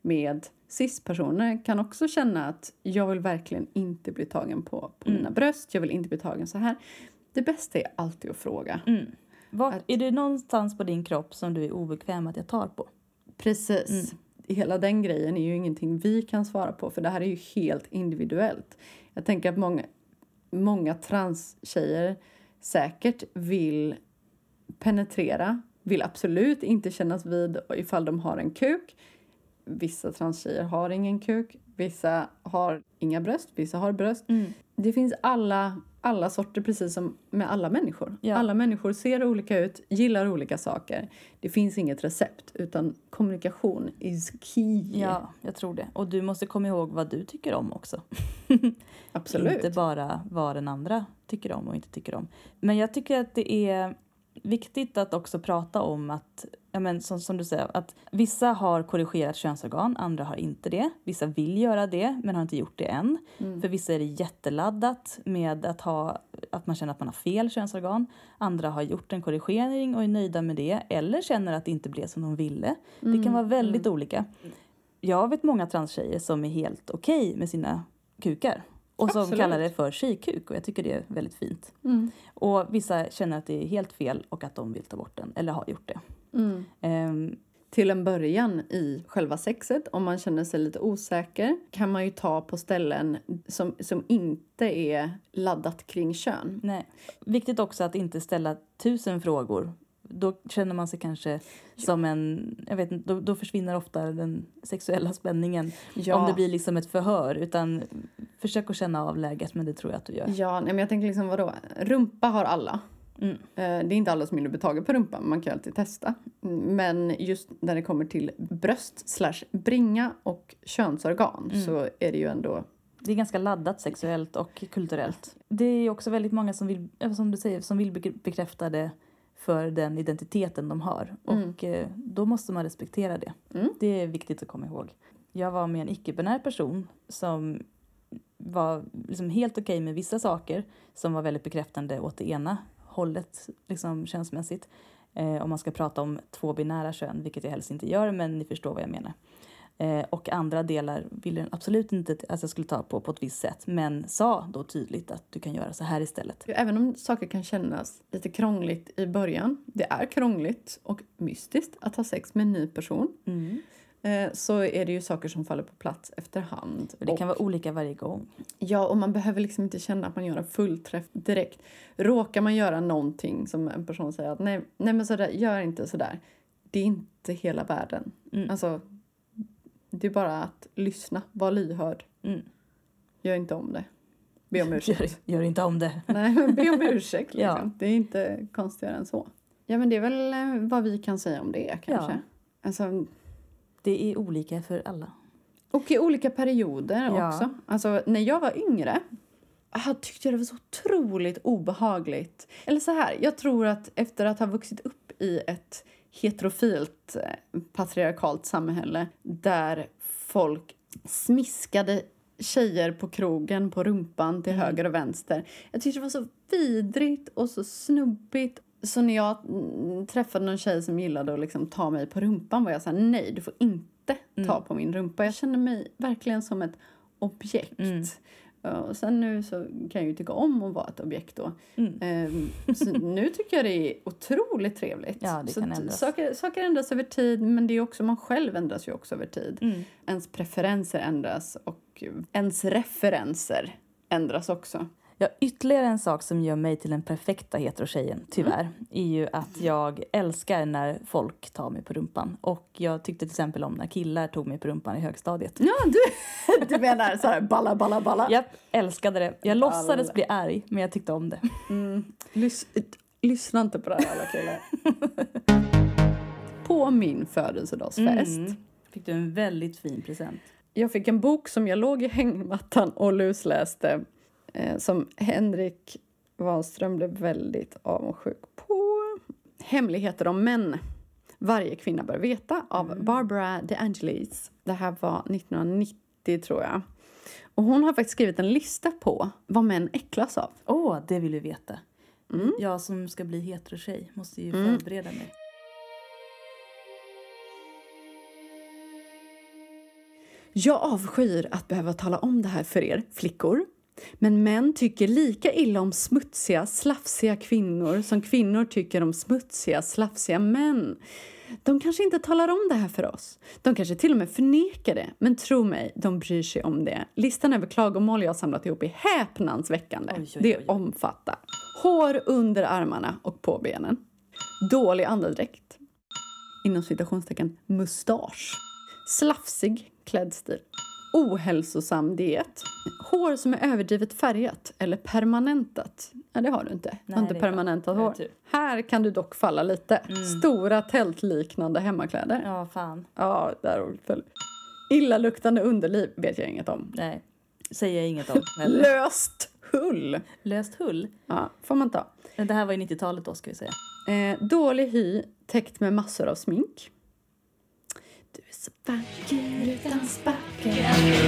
med cis-personer kan också känna att jag vill verkligen inte bli tagen på mina bröst. Jag vill inte bli tagen så här. Det bästa är alltid att fråga. Är det någonstans på din kropp som du är obekväm att jag tar på? Precis. Hela den grejen är ju ingenting vi kan svara på. För det här är ju helt individuellt. Jag tänker att många transtjejer säkert vill penetrera. Vill absolut inte kännas vid ifall de har en kuk. Vissa transtjejer har ingen kuk. Vissa har inga bröst. Vissa har bröst. Det finns alla sorter, precis som med alla människor. Ja. Alla människor ser olika ut, gillar olika saker. Det finns inget recept, utan kommunikation is key. Ja, jag tror det. Och du måste komma ihåg vad du tycker om också. Absolut. Inte bara vad den andra tycker om och inte tycker om. Men jag tycker att det är viktigt att också prata om att, som du säger, att vissa har korrigerat könsorgan, andra har inte det. Vissa vill göra det, men har inte gjort det än. För vissa är det jätteladdat med att man känner att man har fel könsorgan. Andra har gjort en korrigering och är nöjda med det, eller känner att det inte blev som de ville. Det kan vara väldigt olika. Jag vet många transtjejer som är helt okej med sina kukar. Och som kallar det för tjejkuk. Och jag tycker det är väldigt fint. Och vissa känner att det är helt fel och att de vill ta bort den. Eller har gjort det. Till en början i själva sexet, om man känner sig lite osäker, kan man ju ta på ställen som inte är laddat kring kön. Nej. Viktigt också att inte ställa 1000 frågor. Då känner man sig kanske som då försvinner ofta den sexuella spänningen. Ja. Om det blir liksom ett förhör. Utan försök att känna av läget, men det tror jag att du gör. Ja, men jag tänker liksom vadå? Rumpa har alla. Det är inte alla som vill bli tagen på rumpan. Man kan alltid testa. Men just när det kommer till bröst/bringa och könsorgan så är det ju ändå... Det är ganska laddat sexuellt och kulturellt. Det är också väldigt många som vill, som du säger, som vill bekräfta det för den identiteten de har. Och då måste man respektera det. Det är viktigt att komma ihåg. Jag var med en icke-binär person som var liksom helt okej med vissa saker som var väldigt bekräftande åt det ena hållet liksom könsmässigt. Om man ska prata om 2 binära kön, vilket jag helst inte gör, men ni förstår vad jag menar. Och andra delar ville den absolut inte att jag skulle ta på ett visst sätt. Men sa då tydligt att du kan göra så här istället. Även om saker kan kännas lite krångligt i början. Det är krångligt och mystiskt att ha sex med en ny person. Så är det ju saker som faller på plats efterhand. Och det kan vara olika varje gång. Ja, och man behöver liksom inte känna att man gör en fullträff direkt. Råkar man göra någonting som en person säger att nej men sådär, gör inte sådär. Det är inte hela världen. Alltså... Det är bara att lyssna, vara lyhörd. Gör inte om det. Be om ursäkt. Gör inte om det. Nej, men be om ursäkt. Liksom. Ja. Det är inte konstigare än så. Ja, men det är väl vad vi kan säga om det kanske. Ja. Alltså, det är olika för alla. Och i olika perioder också. Alltså, när jag var yngre tyckte jag det var så otroligt obehagligt. Eller så här, jag tror att efter att ha vuxit upp i ett heterofilt patriarkalt samhälle där folk smiskade tjejer på krogen, på rumpan till höger och vänster. Jag tyckte det var så vidrigt och så snubbigt. Så när jag träffade någon tjej som gillade att liksom ta mig på rumpan var jag så här: nej, du får inte ta på min rumpa. Jag kände mig verkligen som ett objekt. Och sen nu så kan jag ju tycka om att vara ett objekt då. Så nu tycker jag det är otroligt trevligt. Ja, det kan ändras. Saker ändras över tid, men det är också, man själv ändras ju också över tid. Ens preferenser ändras och ens referenser ändras också. Ja, ytterligare en sak som gör mig till den perfekta heterotjejen, tyvärr, är ju att jag älskar när folk tar mig på rumpan. Och jag tyckte till exempel om när killar tog mig på rumpan i högstadiet. Ja, du menar så här balla. Japp, älskade det. Jag låtsades bli arg, men jag tyckte om det. Lyssna inte på det här alla killar. På min födelsedagsfest Fick du en väldigt fin present. Jag fick en bok som jag låg i hängmattan och lusläste. Som Henrik Wahlström blev väldigt avundsjuk på. Hemligheter om män. Varje kvinna bör veta av Barbara DeAngelis. Det här var 1990 tror jag. Och hon har faktiskt skrivit en lista på vad män äcklas av. Det vill vi veta. Jag som ska bli heterotjej måste ju förbereda mig. Jag avskyr att behöva tala om det här för er, flickor. Men män tycker lika illa om smutsiga, slafsiga kvinnor som kvinnor tycker om smutsiga, slafsiga män. De kanske inte talar om det här för oss. De kanske till och med förnekar det. Men tro mig, de bryr sig om det. Listan över klagomål jag har samlat ihop är häpnadsväckande. Det omfattar hår under armarna och på benen. Dålig andedräkt. Inom citationstecken mustasch. Slafsig klädstil. Ohälsosam diet. Hår som är överdrivet färgat eller permanentat. Nej, det har du inte. Du har inte permanentat hår. Här kan du dock falla lite. Stora tältliknande hemmakläder. Ja, fan. Ja, där föll. Illaluktande underliv vet jag inget om. Nej, säger jag inget om. Eller? Löst hull. Löst hull? Ja, får man ta. Det här var i 90-talet då, ska vi säga. Dålig hy, täckt med massor av smink. Du är så vacker utan spackel.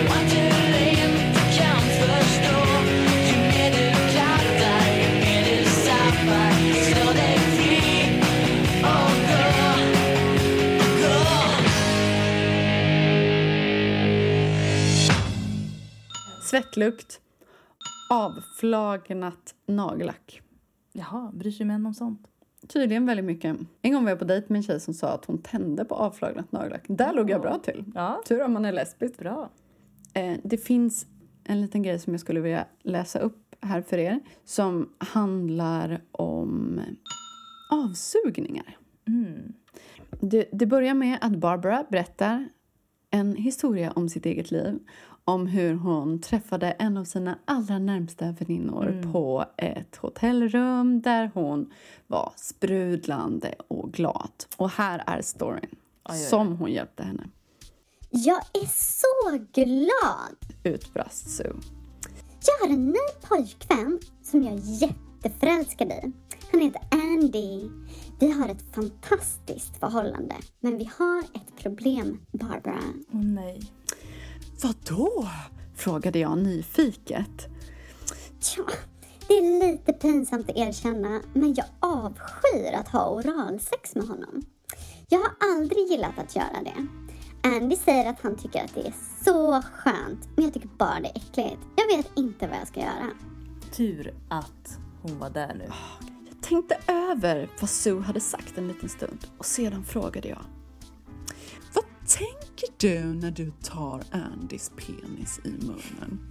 Svettlukt. Avflagnat nagellack. Jaha, bryr sig män om sånt? Tydligen väldigt mycket. En gång var jag på dejt med en tjej som sa att hon tände på avflagnat nagellack. Där låg jag bra till. Ja. Tur om man är lesbisk. Bra. Det finns en liten grej som jag skulle vilja läsa upp här för er. Som handlar om avsugningar. Det börjar med att Barbara berättar en historia om sitt eget liv. Om hur hon träffade en av sina allra närmsta väninnor på ett hotellrum där hon var sprudlande och glad. Och här är storyn som hon hjälpte henne. Jag är så glad! Utbrast Sue. Jag har en ny pojkvän som jag är jätteförälskad i. Han heter Andy. Vi har ett fantastiskt förhållande. Men vi har ett problem, Barbara. Åh nej. Vadå? Frågade jag nyfiket. Ja, det är lite pinsamt att erkänna, men jag avskyr att ha oralsex med honom. Jag har aldrig gillat att göra det. Andy säger att han tycker att det är så skönt, men jag tycker bara det är äckligt. Jag vet inte vad jag ska göra. Tur att hon var där nu. Jag tänkte över vad Sue hade sagt en liten stund och sedan frågade jag. Vad tänker du när du tar Andys penis i munnen?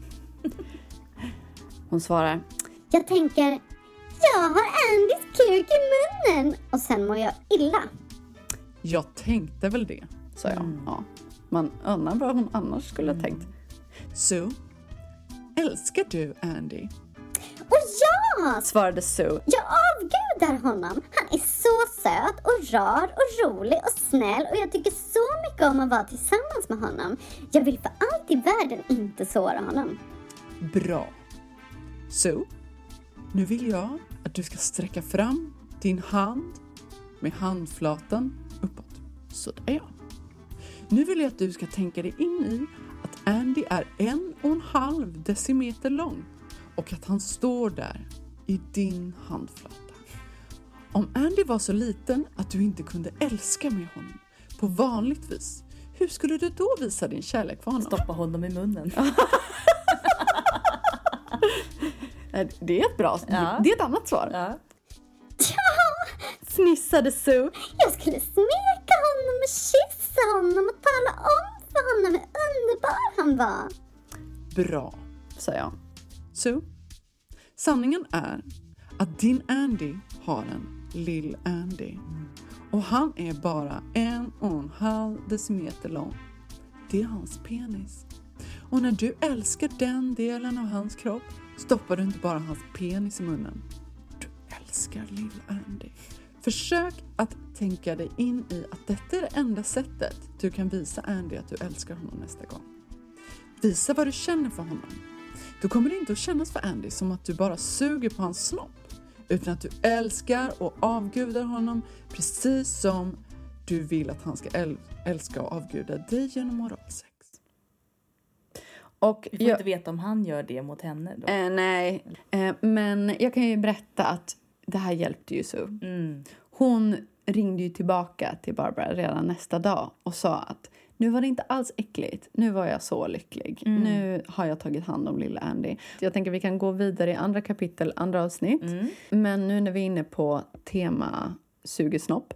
Hon svarar. Jag tänker, jag har Andys kuk i munnen och sen mår jag illa. Jag tänkte väl det, sa jag. Ja. Man undrar vad hon annars skulle ha tänkt. Sue, älskar du Andy? Och ja! Svarade Sue. Jag avgudar honom. Han är så söt och rar och rolig och snäll och jag tycker så mycket om att vara tillsammans med honom. Jag vill för allt i världen inte såra honom. Bra. Sue, nu vill jag att du ska sträcka fram din hand med handflatan uppåt. Så där ja. Nu vill jag att du ska tänka dig in i att Andy är 1,5 decimeter lång och att han står där i din handflata. Om Andy var så liten att du inte kunde älska med honom på vanligt vis, hur skulle du då visa din kärlek för honom? Stoppa honom i munnen. Det är ett bra, det är ett annat svar. Ja. Fnissade Sue. Jag skulle smeka honom och kyssa honom och tala om för honom hur underbar han var. Bra, sa jag. Sue, sanningen är att din Andy har en lill Andy. Och han är bara 1,5 decimeter lång. Det är hans penis. Och när du älskar den delen av hans kropp stoppar du inte bara hans penis i munnen. Du älskar lill Andy. Försök att tänka dig in i att detta är det enda sättet du kan visa Andy att du älskar honom nästa gång. Visa vad du känner för honom. Då kommer det inte att kännas för Andy som att du bara suger på hans snopp. Utan att du älskar och avgudar honom precis som du vill att han ska älska och avguda dig genom oralsex. Och Vi får inte veta om han gör det mot henne då. Nej, men jag kan ju berätta att det här hjälpte ju Sue. Hon ringde ju tillbaka till Barbara redan nästa dag och sa att Nu var det inte alls äckligt. Nu var jag så lycklig. Nu har jag tagit hand om lilla Andy. Jag tänker vi kan gå vidare i andra kapitel, andra avsnitt. Men nu när vi är inne på tema sugesnopp.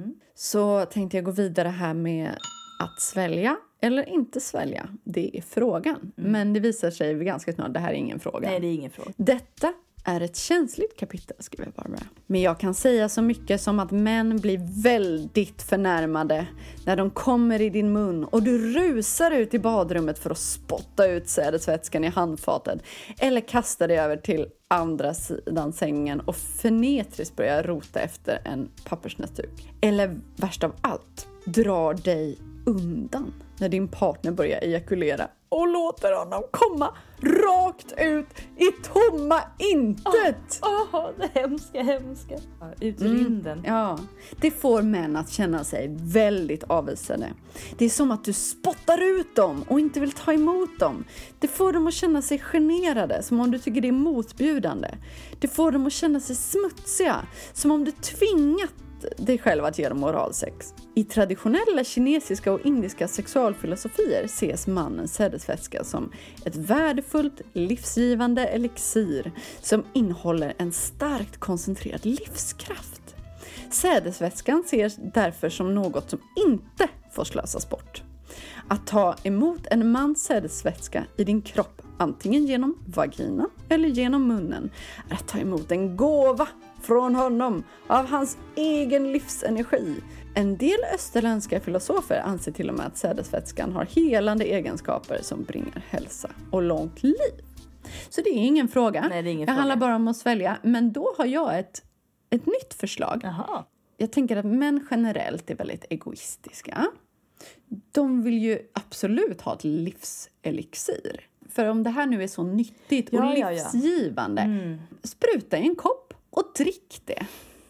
Så tänkte jag gå vidare här med att svälja eller inte svälja. Det är frågan. Men det visar sig ganska snart, det här är ingen fråga. Nej, det är ingen fråga. Detta är ett känsligt kapitel, skriver Barbara. Men jag kan säga så mycket som att män blir väldigt förnärmade när de kommer i din mun och du rusar ut i badrummet för att spotta ut sädesvätskan i handfatet eller kasta dig över till andra sidan sängen och frenetriskt börjar rota efter en pappersnäsduk. Eller värst av allt, drar dig undan när din partner börjar ejakulera och låter honom komma rakt ut i tomma intet. Det hemska. Ut i rymden. Ja, det får män att känna sig väldigt avvisade. Det är som att du spottar ut dem och inte vill ta emot dem. Det får dem att känna sig generade, som om du tycker det är motbjudande. Det får dem att känna sig smutsiga, som om du tvingat dig själv att ge dem oralsex. I traditionella kinesiska och indiska sexualfilosofier ses mannens sädesvätska som ett värdefullt, livsgivande elixir som innehåller en starkt koncentrerad livskraft. Sädesvätskan ses därför som något som inte får slösas bort. Att ta emot en mans sädesvätska i din kropp, antingen genom vagina eller genom munnen, är att ta emot en gåva från honom av hans egen livsenergi. En del österländska filosofer anser till och med att sädesvätskan har helande egenskaper som bringar hälsa och långt liv. Så det är ingen fråga. Nej, det är ingen det fråga. handlar bara om att svälja. Men då har jag ett nytt förslag. Jaha. Jag tänker att män generellt är väldigt egoistiska. De vill ju absolut ha ett livselixir. För om det här nu är så nyttigt och livsgivande, spruta i en kopp och drick det.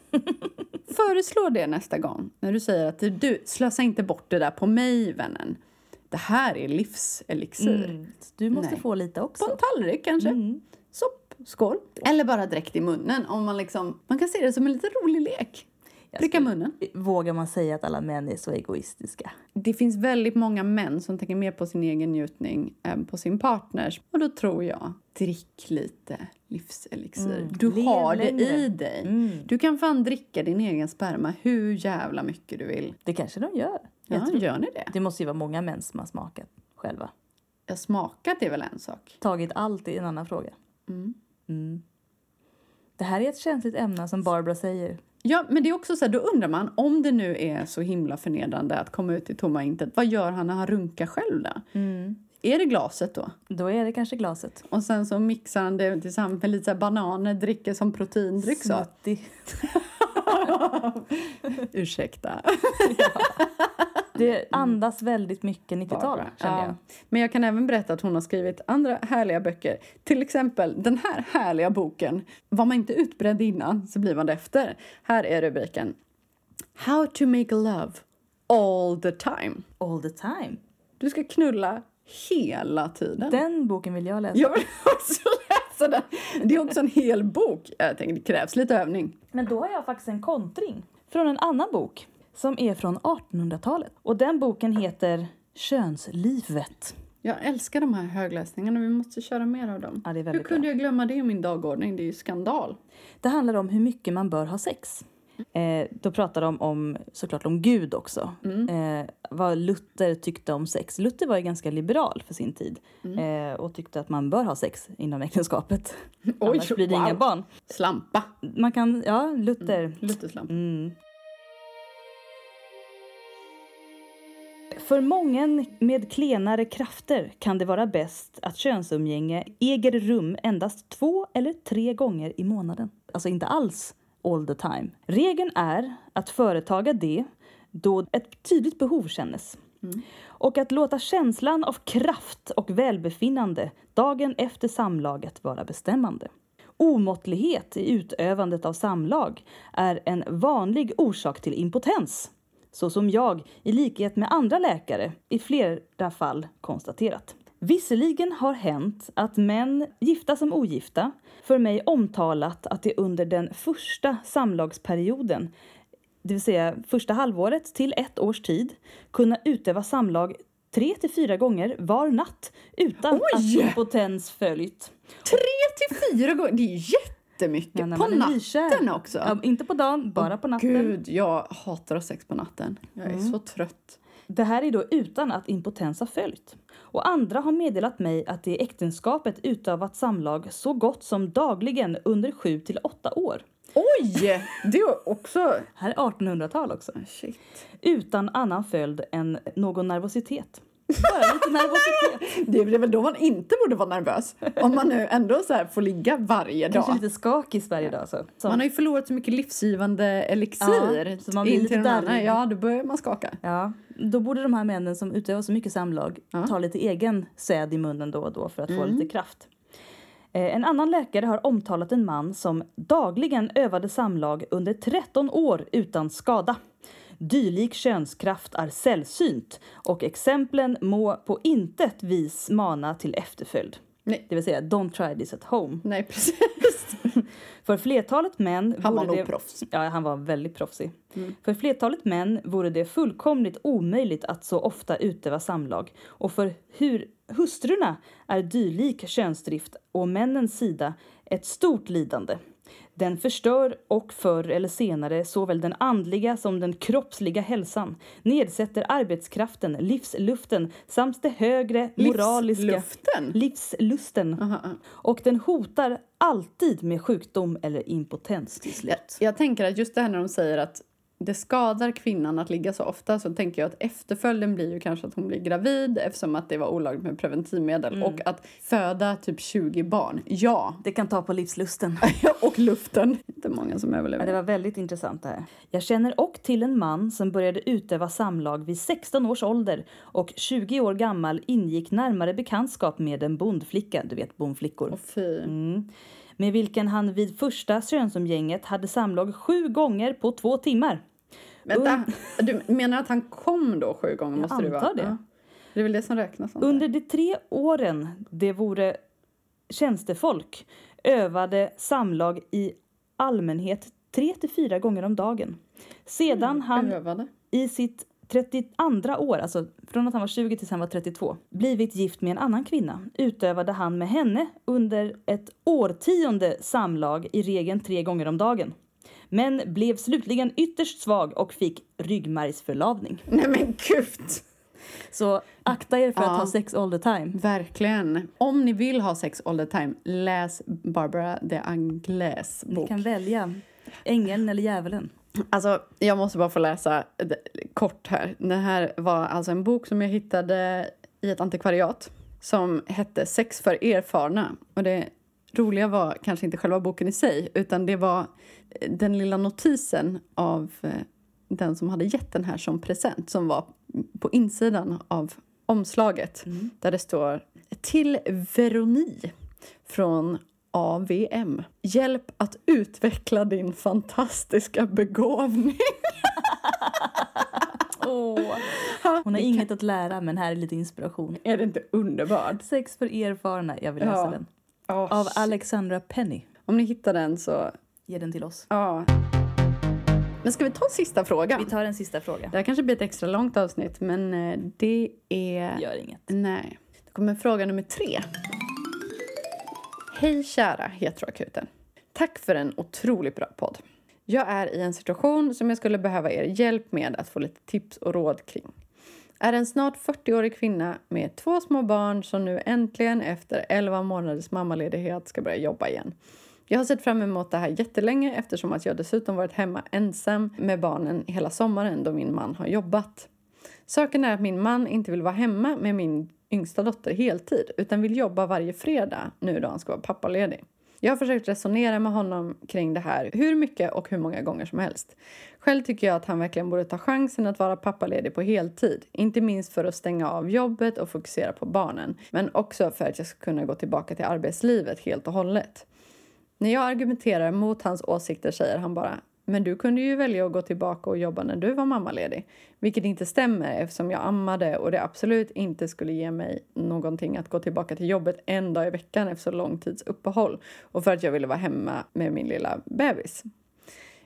Föreslå det nästa gång när du säger att du slösar inte bort det där på mig, vännen. Det här är livselixir. Du måste få lite också. På en tallrik kanske. Sopp, skål. Eller bara direkt i munnen. Om man kan se det som en lite rolig lek. Pricka munnen. Vågar man säga att alla män är så egoistiska? Det finns väldigt många män som tänker mer på sin egen njutning än på sin partners. Och då tror jag, drick lite livselixir. Du har det i dig. Du kan fan dricka din egen sperma hur jävla mycket du vill. Det kanske de gör. Ja, gör ni det? Det måste ju vara många män som har smakat själva. Jag smakat är väl en sak. Tagit allt i en annan fråga. Det här är ett känsligt ämne som Barbara säger. Ja, men det är också så här, då undrar man, om det nu är så himla förnedrande att komma ut i tomma intet, vad gör han när han runkar själv då? Är det glaset då? Då är det kanske glaset. Och sen så mixar han det tillsammans med lite så här bananer, dricker som proteindryck så. Smuttig. Ursäkta. Det andas väldigt mycket 90-tal, känner jag. Men jag kan även berätta att hon har skrivit andra härliga böcker. Till exempel den här härliga boken. Var man inte utbredd innan så blir man det efter. Här är rubriken. How to make love all the time. All the time. Du ska knulla hela tiden. Den boken vill jag läsa. Jag vill också läsa den. Det är också en hel bok. Jag tänker det krävs lite övning. Men då har jag faktiskt en kontring från en annan bok som är från 1800-talet. Och den boken heter Könslivet. Jag älskar de här högläsningarna. Vi måste köra mer av dem. Ja, det är Hur väldigt kunde bra. jag glömma det i min dagordning? Det är ju skandal. Det handlar om hur mycket man bör ha sex. Då pratar de om, såklart om Gud också. Vad Luther tyckte om sex. Luther var ju ganska liberal för sin tid. Och tyckte att man bör ha sex inom äktenskapet. Annars blir det inga barn. Slampa. Man kan, ja, Luther. Lutherslampa. För många med klenare krafter kan det vara bäst att könsumgänge äger rum endast 2 eller 3 gånger i månaden. Alltså inte alls all the time. Regeln är att företaga det då ett tydligt behov kännes. Och att låta känslan av kraft och välbefinnande dagen efter samlaget vara bestämmande. Omåttlighet i utövandet av samlag är en vanlig orsak till impotens. Så som jag, i likhet med andra läkare, i flera fall konstaterat. Visserligen har hänt att män, gifta som ogifta, för mig omtalat att det under den första samlagsperioden det vill säga första halvåret till 1 års tid, kunna utöva samlag 3-4 gånger var natt utan att impotens följt. 3-4 gånger, det är jättemycket. Ja, på natten också. Ja, inte på dagen, bara på natten. Gud, jag hatar att ha sex på natten. Jag är så trött. Det här är då utan att impotens har följt. Och andra har meddelat mig att det i äktenskapet utövat samlag så gott som dagligen under 7-8 år. Oj! Det är också... Här är 1800-tal också. Shit. Utan annan följd än någon nervositet. Bara lite nervositet. Det är väl då man inte borde vara nervös. Om man nu ändå så här får ligga varje dag. Kanske lite skakig varje dag. Så. Man har ju förlorat så mycket livsgivande elixir. Ja, så man blir lite darrig. Ja, då börjar man skaka. Ja, då borde de här männen som utövar så mycket samlag ta lite egen säd i munnen då och då för att få lite kraft. En annan läkare har omtalat en man som dagligen övade samlag under 13 år utan skada. Dylik könskraft är sällsynt och exemplen må på intet vis mana till efterföljd. Nej. Det vill säga, don't try this at home. Nej, precis. För flertalet män... Han var nog proffs. Ja, han var väldigt proffsig. För flertalet män vore det fullkomligt omöjligt att så ofta utöva samlag. Och för hustrurna är dylik könsdrift och männens sida ett stort lidande. Den förstör och förr eller senare såväl den andliga som den kroppsliga hälsan, nedsätter arbetskraften, livsluften samt det högre moraliska... Livslusten. Och den hotar alltid med sjukdom eller impotens till slut. Jag tänker att just det här när de säger att det skadar kvinnan att ligga så ofta, så tänker jag att efterföljden blir ju kanske att hon blir gravid eftersom att det var olagligt med preventivmedel och att föda typ 20 barn. Ja. Det kan ta på livslusten. Och luften. Inte många som överlever. Ja, det var väldigt intressant det här. Jag känner också till en man som började utöva samlag vid 16 års ålder och 20 år gammal ingick närmare bekantskap med en bondflicka. Du vet, bondflickor. Åh, fy. Med vilken han vid första könsumgänget hade samlag 7 gånger på 2 timmar. Vänta, du menar att han kom då 7 gånger? Måste det vara? Antar det. Ja. Det är väl det som räknas. Under de 3 åren det vore tjänstefolk övade samlag i allmänhet 3-4 gånger om dagen. Sedan han i sitt 32 år, alltså från att han var 20 tills han var 32, blivit gift med en annan kvinna, utövade han med henne under ett årtionde samlag i regeln 3 gånger om dagen. Men blev slutligen ytterst svag och fick ryggmärgsförlamning. Nej men gud! Så akta er för att ha sex all the time. Verkligen. Om ni vill ha sex all the time, läs Barbara de Anglais bok. Ni kan välja ängeln eller djävulen. Alltså, jag måste bara få läsa kort här. Det här var alltså en bok som jag hittade i ett antikvariat som hette Sex för erfarna. Och det roliga var kanske inte själva boken i sig, utan det var den lilla notisen av den som hade gett den här som present, som var på insidan av omslaget. Där det står: till Veroni från AVM. Hjälp att utveckla din fantastiska begåvning. Hon har inget att lära, men här är lite inspiration. Är det inte underbart? Sex för erfarna. Jag vill läsa den. Av Alexandra Penny. Om ni hittar den så... Ge den till oss. Ja. Men ska vi ta sista frågan? Vi tar en sista fråga. Det här kanske blir ett extra långt avsnitt, men det är... Gör inget. Nej. Det kommer fråga nummer 3. Hej kära heteroakuten. Tack för en otroligt bra podd. Jag är i en situation som jag skulle behöva er hjälp med att få lite tips och råd kring. Är en snart 40-årig kvinna med 2 små barn som nu äntligen efter 11 månaders mammaledighet ska börja jobba igen. Jag har sett fram emot det här jättelänge eftersom att jag dessutom varit hemma ensam med barnen hela sommaren då min man har jobbat. Saken är att min man inte vill vara hemma med min yngsta dotter heltid utan vill jobba varje fredag nu då han ska vara pappaledig. Jag har försökt resonera med honom kring det här hur mycket och hur många gånger som helst. Själv tycker jag att han verkligen borde ta chansen att vara pappaledig på heltid. Inte minst för att stänga av jobbet och fokusera på barnen. Men också för att jag ska kunna gå tillbaka till arbetslivet helt och hållet. När jag argumenterar mot hans åsikter säger han bara: men du kunde ju välja att gå tillbaka och jobba när du var mammaledig. Vilket inte stämmer eftersom jag ammade och det absolut inte skulle ge mig någonting att gå tillbaka till jobbet en dag i veckan efter så lång tids uppehåll. Och för att jag ville vara hemma med min lilla bebis.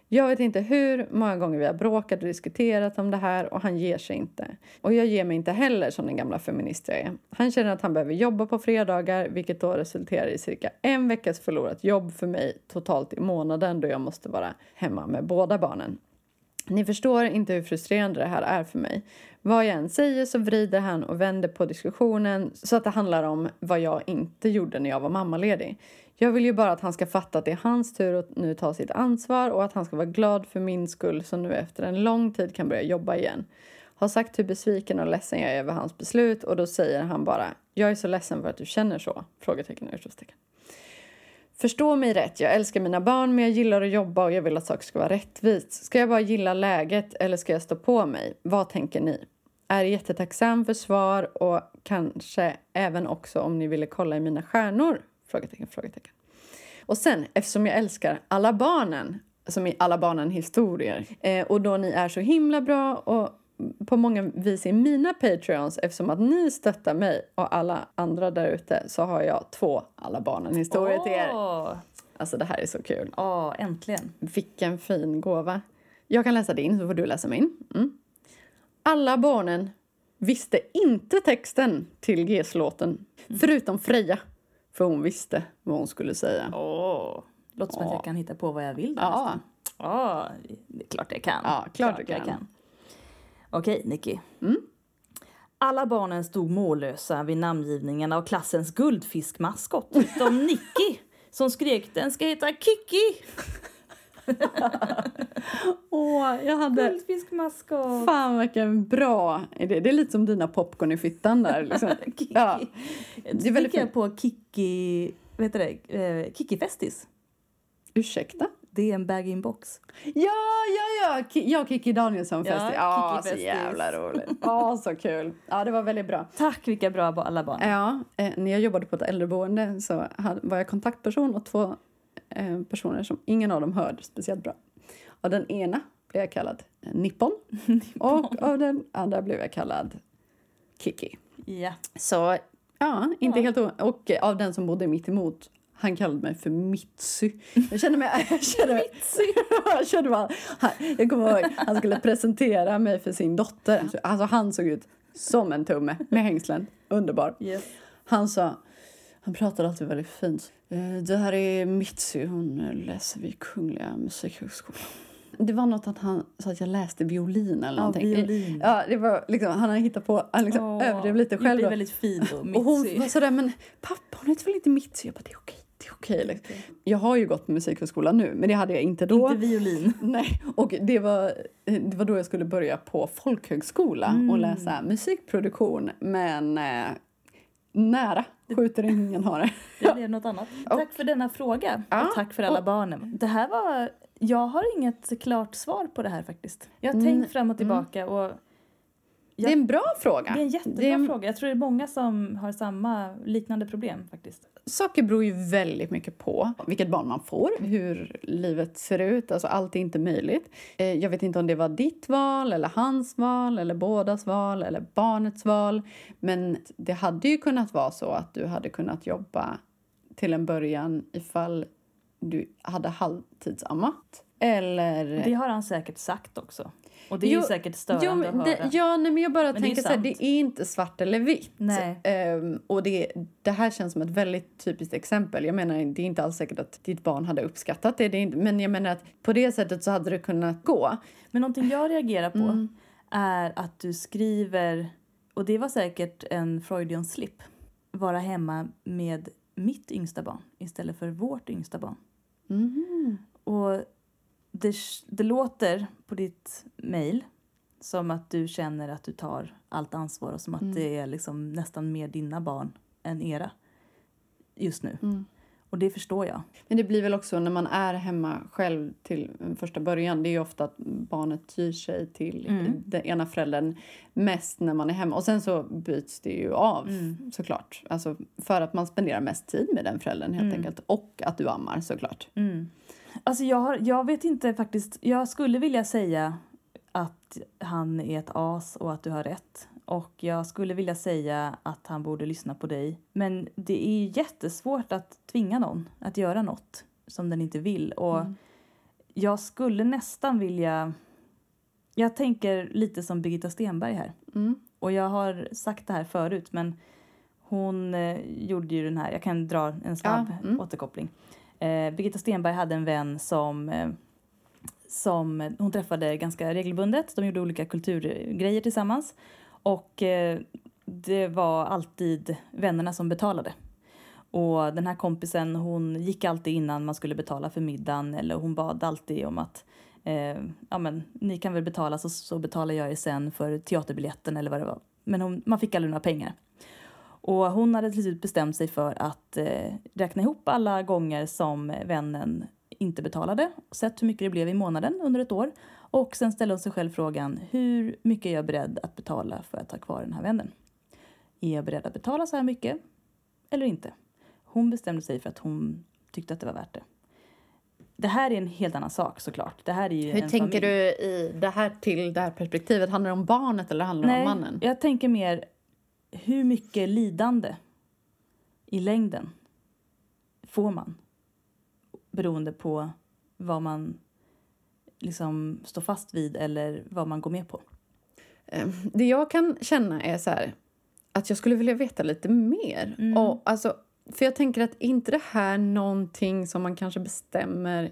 Jag vet inte hur många gånger vi har bråkat och diskuterat om det här och han ger sig inte. Och jag ger mig inte heller som den gamla feminist jag är. Han känner att han behöver jobba på fredagar, vilket då resulterar i cirka 1 veckas förlorat jobb för mig totalt i månaden då jag måste vara hemma med båda barnen. Ni förstår inte hur frustrerande det här är för mig. Vad jag än säger så vrider han och vänder på diskussionen så att det handlar om vad jag inte gjorde när jag var mammaledig. Jag vill ju bara att han ska fatta att det är hans tur att nu ta sitt ansvar och att han ska vara glad för min skull som nu efter en lång tid kan börja jobba igen. Har sagt hur besviken och ledsen jag är över hans beslut och då säger han bara jag är så ledsen för att du känner så. Frågetecken och utropstecken. Förstå mig rätt, jag älskar mina barn men jag gillar att jobba och jag vill att saker ska vara rättvist. Ska jag bara gilla läget eller ska jag stå på mig? Vad tänker ni? Är jättetacksam för svar och kanske även också om ni ville kolla i mina stjärnor? Frågetecken. Och sen, eftersom jag älskar alla barnen, som i alla barnen historier, och då ni är så himla bra och på många vis i mina Patreons, eftersom att ni stöttar mig och alla andra där ute, så har jag 2 alla barnen historier till er. Alltså det här är så kul. Äntligen. Vilken fin gåva. Jag kan läsa din så får du läsa min. Alla barnen visste inte texten till G-låten. Förutom Freja. För hon visste vad hon skulle säga. Låter som att jag kan hitta på vad jag vill. Där det är klart jag kan. Ja, klart du kan. Okej, Nicky. Alla barnen stod mållösa vid namngivningen av klassens guldfiskmaskot. Utom Nicky som skrek den ska heta Kiki. Jag hade... Guldfiskmaskot. Fan vilken bra idé. Det är lite som dina popcorn i fittan där. Liksom. Kiki. Ja. Det är väldigt jag på Kiki... Vet du det? Kiki Festis. Ursäkta? Det är en bag-in-box. Ja. Jag och Kiki Danielsson Festis. Ja, så jävla roligt. Så kul. Ja, det var väldigt bra. Tack, vilka bra alla barn. Ja, när jag jobbade på ett äldreboende så var jag kontaktperson och 2 personer som ingen av dem hörde speciellt bra. Och den ena blev jag kallad Nippon. Och av den andra blev jag kallad Kiki. Ja. Så, inte helt och av den som bodde mitt emot, han kallade mig för Mitsu. Jag kände mig... Jag kommer ihåg, han skulle presentera mig för sin dotter. Alltså han såg ut som en tumme med hängslen. Underbar. Yes. Han pratade alltid väldigt fint. Det här är Mitsu, hon läser vid Kungliga Musikhögskolan. Det var något att han sa att jag läste violin eller någonting. Violin. Ja, det var liksom, han har hittat på, han liksom överdrev lite själv. Det blir väldigt fint då, och hon var sådär, men pappa, hon heter väl inte Mitsu? Jag bara, det är okej. Liksom. Jag har ju gått på musikhögskolan nu, men det hade jag inte då. Inte violin. Nej, och det var då jag skulle börja på folkhögskola och läsa musikproduktion, men nära skjuter ingen hare. Det blev något annat. Tack för denna fråga. Och tack för alla barnen. Det här var... Jag har inget klart svar på det här faktiskt. Jag har tänkt fram och tillbaka och... Det är en bra fråga. Det är en jättebra fråga. Jag tror det är många som har samma liknande problem faktiskt. Saker beror ju väldigt mycket på vilket barn man får, hur livet ser ut. Alltså allt är inte möjligt. Jag vet inte om det var ditt val eller hans val eller bådas val eller barnets val. Men det hade ju kunnat vara så att du hade kunnat jobba till en början ifall du hade halvtidsammat. Eller... Det har han säkert sagt också. Och det är ju säkert störande att höra. Men jag bara tänker så här, det är inte svart eller vitt. Nej. Och det här känns som ett väldigt typiskt exempel. Jag menar, det är inte alls säkert att ditt barn hade uppskattat det. Men jag menar att på det sättet så hade det kunnat gå. Men någonting jag reagerar på är att du skriver, och det var säkert en Freudian slip, vara hemma med mitt yngsta barn istället för vårt yngsta barn. Och det låter på ditt mejl som att du känner att du tar allt ansvar och som att det är liksom nästan mer dina barn än era just nu. Och det förstår jag. Men det blir väl också när man är hemma själv till första början. Det är ju ofta att barnet tyr sig till den ena föräldern mest när man är hemma. Och sen så byts det ju av såklart. Alltså för att man spenderar mest tid med den föräldern helt enkelt. Och att du ammar såklart. Alltså jag vet inte faktiskt. Jag skulle vilja säga att han är ett as och att du har rätt. Och jag skulle vilja säga att han borde lyssna på dig. Men det är jättesvårt att tvinga någon att göra något som den inte vill. Och jag skulle nästan vilja... Jag tänker lite som Birgitta Stenberg här. Och jag har sagt det här förut, men hon gjorde ju den här... Jag kan dra en snabb återkoppling. Birgitta Stenberg hade en vän som hon träffade ganska regelbundet. De gjorde olika kulturgrejer tillsammans. Och det var alltid vännerna som betalade. Och den här kompisen, hon gick alltid innan man skulle betala för middagen. Eller hon bad alltid om att ni kan väl betala så betalar jag er sen för teaterbiljetten eller vad det var. Men man fick aldrig några pengar. Och hon hade till slut bestämt sig för att räkna ihop alla gånger som vännen inte betalade. Sett hur mycket det blev i månaden under ett år. Och sen ställde hon sig själv frågan, hur mycket är jag beredd att betala för att ha kvar den här vännen? Är jag beredd att betala så här mycket eller inte? Hon bestämde sig för att hon tyckte att det var värt det. Det här är en helt annan sak såklart. Det här är ju Hur en tänker familj. du i det här till det här perspektivet? Handlar det om barnet eller handlar det om mannen? Jag tänker mer hur mycket lidande i längden får man beroende på vad man liksom står fast vid eller vad man går med på. Det jag kan känna är så här, att jag skulle vilja veta lite mer. Och, alltså, för jag tänker att inte det här någonting som man kanske bestämmer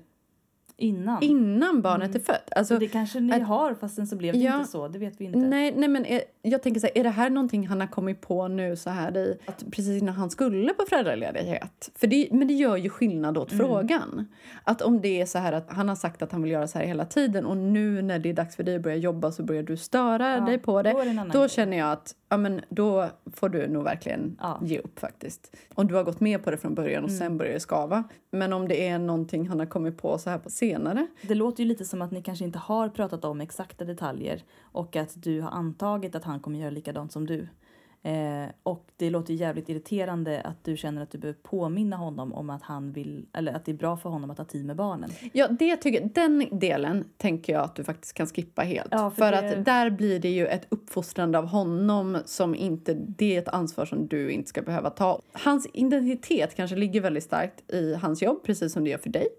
innan barnet är fött. Alltså, det kanske ni har, fast sen så blev det inte så. Det vet vi inte. Nej, men jag tänker så här, är det här någonting han har kommit på nu så här att precis innan han skulle på föräldraledighet? Men det gör ju skillnad åt frågan. Att om det är så här att han har sagt att han vill göra så här hela tiden och nu när det är dags för dig att börja jobba så börjar du störa dig på det. Då känner jag att då får du nog verkligen ge upp faktiskt. Om du har gått med på det från början och sen börjar det skava. Men om det är någonting han har kommit på så här på senare. Det låter ju lite som att ni kanske inte har pratat om exakta detaljer. Och att du har antagit att han kommer göra likadant som du. Och det låter ju jävligt irriterande att du känner att du behöver påminna honom om att han vill, eller att det är bra för honom att ha tid med barnen. Ja, den delen tänker jag att du faktiskt kan skippa helt. Ja, för att där blir det ju ett uppfostrande av honom som inte, det är ett ansvar som du inte ska behöva ta. Hans identitet kanske ligger väldigt starkt i hans jobb, precis som det gör för dig.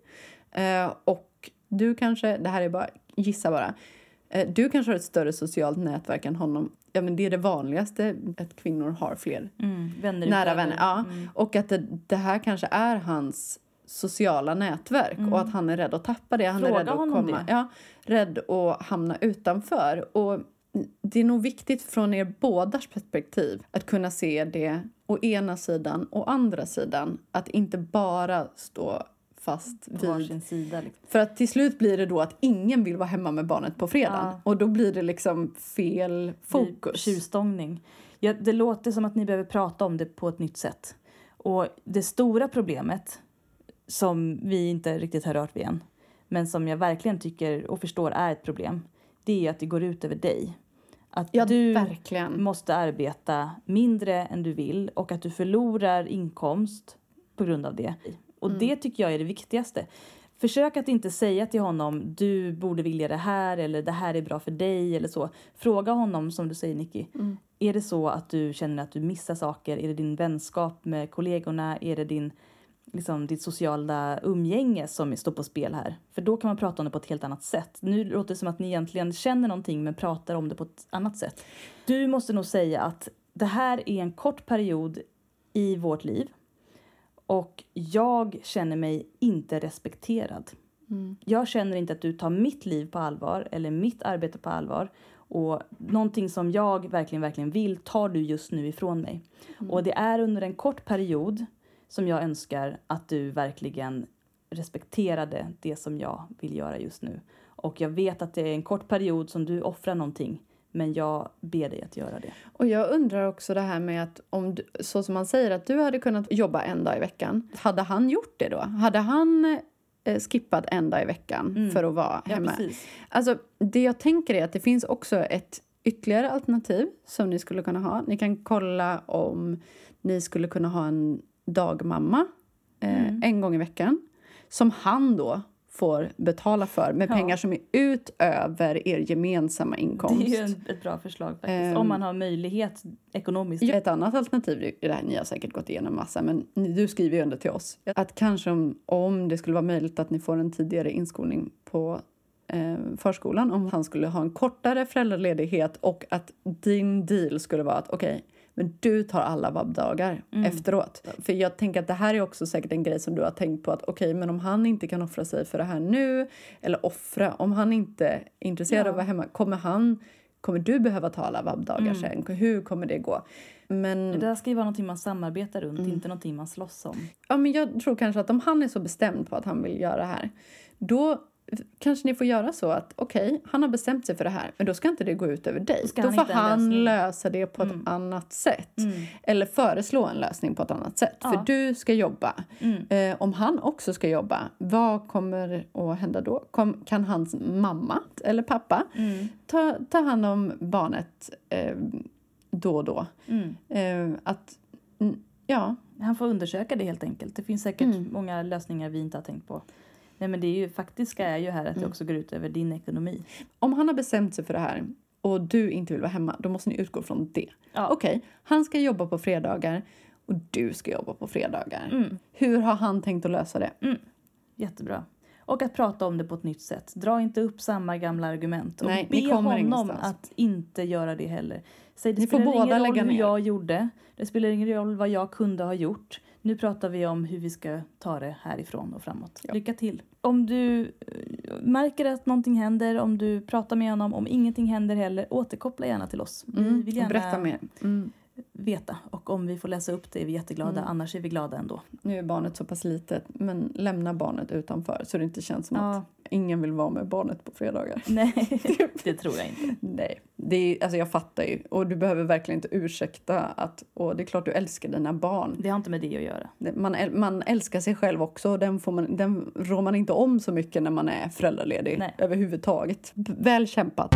Och du kanske, det här är bara, gissa bara. Du kanske har ett större socialt nätverk än honom. Ja, men det är det vanligaste att kvinnor har fler nära vänner. Ja. Och att det här kanske är hans sociala nätverk. Och att han är rädd att tappa det. Han är rädd att komma. Ja, rädd att hamna utanför. Och det är nog viktigt från er bådas perspektiv att kunna se det å ena sidan och andra sidan. Att inte bara stå fast vid sin sida, liksom. För att till slut blir det då att ingen vill vara hemma med barnet på fredagen. Och då blir det liksom fel fokus. Tjuvstångning. Ja, det låter som att ni behöver prata om det på ett nytt sätt. Och det stora problemet som vi inte riktigt har rört vid än, men som jag verkligen tycker och förstår är ett problem, det är att det går ut över dig. Att du måste arbeta mindre än du vill och att du förlorar inkomst på grund av det. Och det tycker jag är det viktigaste. Försök att inte säga till honom, du borde vilja det här eller det här är bra för dig eller så. Fråga honom, som du säger Nicky, är det så att du känner att du missar saker? Är det din vänskap med kollegorna? Är det ditt sociala umgänge som står på spel här? För då kan man prata om det på ett helt annat sätt. Nu låter det som att ni egentligen känner någonting men pratar om det på ett annat sätt. Du måste nog säga att det här är en kort period i vårt liv. Och jag känner mig inte respekterad. Jag känner inte att du tar mitt liv på allvar. Eller mitt arbete på allvar. Och någonting som jag verkligen, verkligen vill tar du just nu ifrån mig. Och det är under en kort period som jag önskar att du verkligen respekterade det som jag vill göra just nu. Och jag vet att det är en kort period som du offrar någonting. Men jag ber dig att göra det. Och jag undrar också det här med att om du, så som man säger att du hade kunnat jobba en dag i veckan. Hade han gjort det då? Hade han skippat en dag i veckan för att vara hemma? Precis. Alltså det jag tänker är att det finns också ett ytterligare alternativ som ni skulle kunna ha. Ni kan kolla om ni skulle kunna ha en dagmamma en gång i veckan. Som han då får betala för med pengar som är utöver er gemensamma inkomst. Det är ju ett bra förslag faktiskt. Om man har möjlighet ekonomiskt. Ett annat alternativ är det här, ni har säkert gått igenom massa, men du skriver ju under till oss. Att kanske om det skulle vara möjligt att ni får en tidigare inskolning på förskolan, om han skulle ha en kortare föräldraledighet och att din deal skulle vara att okej, men du tar alla vabbdagar efteråt. För jag tänker att det här är också säkert en grej som du har tänkt på att okej, men om han inte kan offra sig för det här nu, eller om han inte är intresserad av att vara hemma, kommer du behöva ta alla vabbdagar sen? Hur kommer det gå? Men det där ska ju vara någonting man samarbetar runt, inte någonting man slåss om. Ja, men jag tror kanske att om han är så bestämd på att han vill göra det här, då kanske ni får göra så att okej, han har bestämt sig för det här, men då ska inte det gå ut över dig. Då får han lösa det på ett annat sätt. Eller föreslå en lösning på ett annat sätt. För du ska jobba. Om han också ska jobba, vad kommer att hända då? Kan hans mamma eller pappa ta hand om barnet då och då? Han får undersöka det helt enkelt. Det finns säkert många lösningar vi inte har tänkt på. Nej, men det är ju faktiska är ju här att det också går ut över din ekonomi. Om han har bestämt sig för det här och du inte vill vara hemma, då måste ni utgå från det. Ja. Okej, han ska jobba på fredagar och du ska jobba på fredagar. Hur har han tänkt att lösa det? Jättebra. Och att prata om det på ett nytt sätt. Dra inte upp samma gamla argument. Och Nej, be honom att inte göra det heller. Säg, det spelar ingen roll hur jag gjorde. Det spelar ingen roll vad jag kunde ha gjort. Nu pratar vi om hur vi ska ta det härifrån och framåt. Ja. Lycka till. Om du märker att någonting händer, om du pratar med honom, om ingenting händer heller, återkoppla gärna till oss. Vi vill gärna berätta mer. Veta. Och om vi får läsa upp det är vi jätteglada. Annars är vi glada ändå. Nu är barnet så pass litet, men lämna barnet utanför så det inte känns som att ingen vill vara med barnet på fredagar. Nej, det tror jag inte. Nej, alltså jag fattar ju. Och du behöver verkligen inte ursäkta att, och det är klart du älskar dina barn. Det har inte med det att göra. Man älskar sig själv också. Den rår man inte om så mycket när man är föräldraledig överhuvudtaget. Väl kämpat.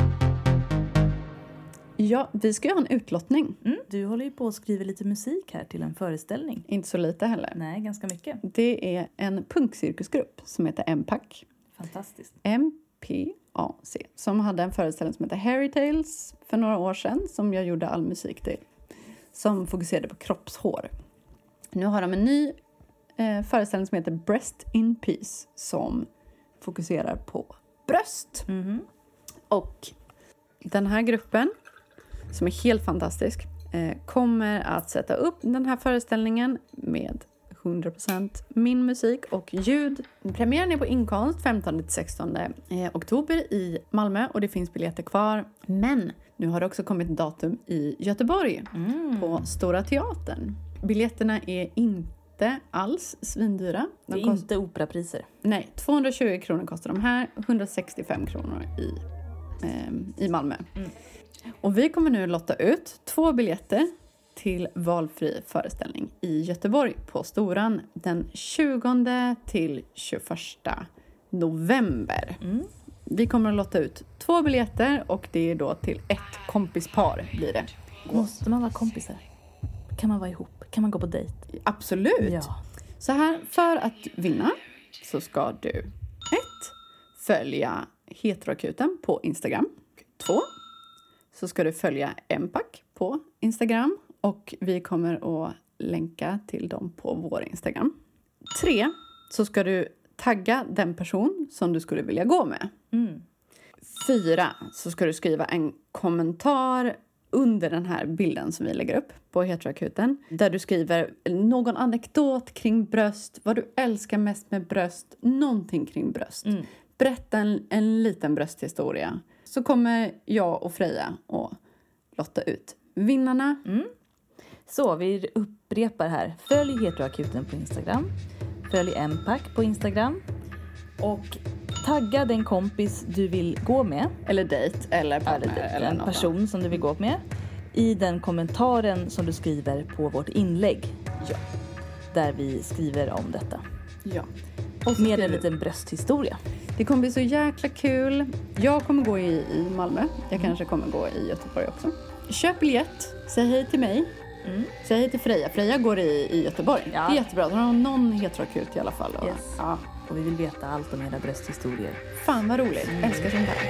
Ja, vi ska ju ha en utlottning. Du håller ju på att skriva lite musik här till en föreställning. Inte så lite heller. Nej, ganska mycket. Det är en punkcirkusgrupp som heter MPAC. Fantastiskt. MPAC. Som hade en föreställning som heter Harry Tales för några år sedan. Som jag gjorde all musik till. Som fokuserade på kroppshår. Nu har de en ny föreställning som heter Breast in Peace. Som fokuserar på bröst. Och den här gruppen, som är helt fantastisk, kommer att sätta upp den här föreställningen med 100% min musik och ljud. Premiären är på Inkonst 15-16 oktober i Malmö och det finns biljetter kvar. Men nu har det också kommit datum i Göteborg på Stora Teatern. Biljetterna är inte alls svindyra. Det är inte operapriser. Nej, 220 kronor kostar de här, 165 kronor i Malmö. Och vi kommer nu lotta ut 2 biljetter till valfri föreställning i Göteborg på Storan den 20 till 21 november. Vi kommer att lotta ut 2 biljetter och det är då till ett kompispar blir det. Måste man vara kompisar? Kan man vara ihop? Kan man gå på dejt? Absolut. Ja. Så här, för att vinna så ska du 1. Följa Heteroakuten på Instagram. 2. Så ska du följa MPAC på Instagram. Och vi kommer att länka till dem på vår Instagram. 3. Så ska du tagga den person som du skulle vilja gå med. 4. Så ska du skriva en kommentar under den här bilden som vi lägger upp på Heteroakuten. Där du skriver någon anekdot kring bröst. Vad du älskar mest med bröst. Någonting kring bröst. Berätta en liten brösthistoria. Så kommer jag och Freja att lotta ut vinnarna. Så vi upprepar här. Följ Heteroakuten på Instagram. Följ MPAC på Instagram. Och tagga den kompis du vill gå med. Eller dejt. Eller partner. Eller en person som du vill gå med. I den kommentaren som du skriver på vårt inlägg. Ja. Där vi skriver om detta. Ja. Och med en liten brösthistoria. Det kommer bli så jäkla kul. Jag kommer gå i Malmö. Jag kanske kommer gå i Göteborg också. Köp biljett. Säg hej till mig. Säg hej till Freja. Freja går i Göteborg. Ja. Det är jättebra. Då har någon heteroakut i alla fall. Och, yes. ja. och vi vill veta allt om era brösthistorier. Fan vad roligt. Älskar sånt där.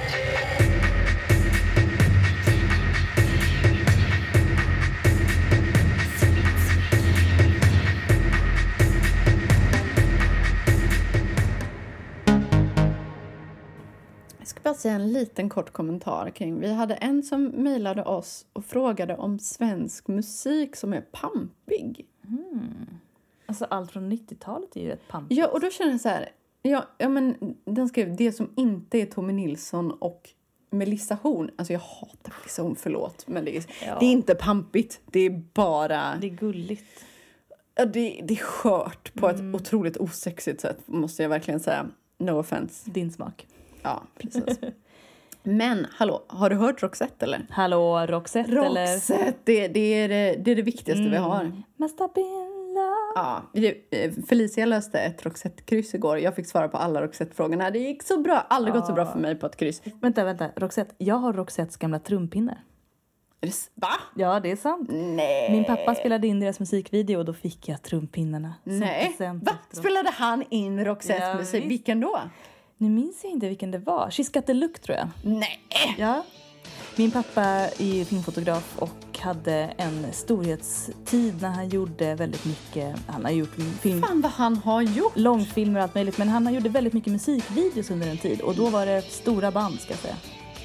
Jag ska bara säga en liten kort kommentar kring. Vi hade en som mejlade oss och frågade om svensk musik som är pampig. Alltså allt från 90-talet är ju rätt pampigt. Ja, och då känner jag så här. Ja, men den skrev det som inte är Tommy Nilsson och Melissa Horn. Alltså jag hatar Melissa Horn, förlåt. Men det är inte pampigt. Det är bara... Det är gulligt. Ja, det är skört på ett otroligt osexigt sätt, måste jag verkligen säga. No offense. Din smak. Ja, precis. Men, hallå, har du hört Roxette eller? Hallå, Roxette eller? Roxette, det är det viktigaste vi har. Must have been love. Ja, Felicia löste ett Roxette-kryss igår. Jag fick svara på alla Roxette-frågorna. Det gick så bra. Aldrig gått så bra för mig på ett kryss. Vänta. Roxette. Jag har Roxettes gamla trumpinnar. Va? Ja, det är sant. Nej. Min pappa spelade in deras musikvideo och då fick jag trumpinnarna. Nej. Va? Spelade han in Roxettes musik? visst. Vilken då? Nu minns jag inte vilken det var. She's got the look, tror jag. Nej. Ja. Min pappa är filmfotograf och hade en storhetstid när han gjorde väldigt mycket. Han har gjort film. Fan vad han har gjort. Långfilmer och allt möjligt. Men han gjorde väldigt mycket musikvideos under en tid. Och då var det stora band, ska jag säga.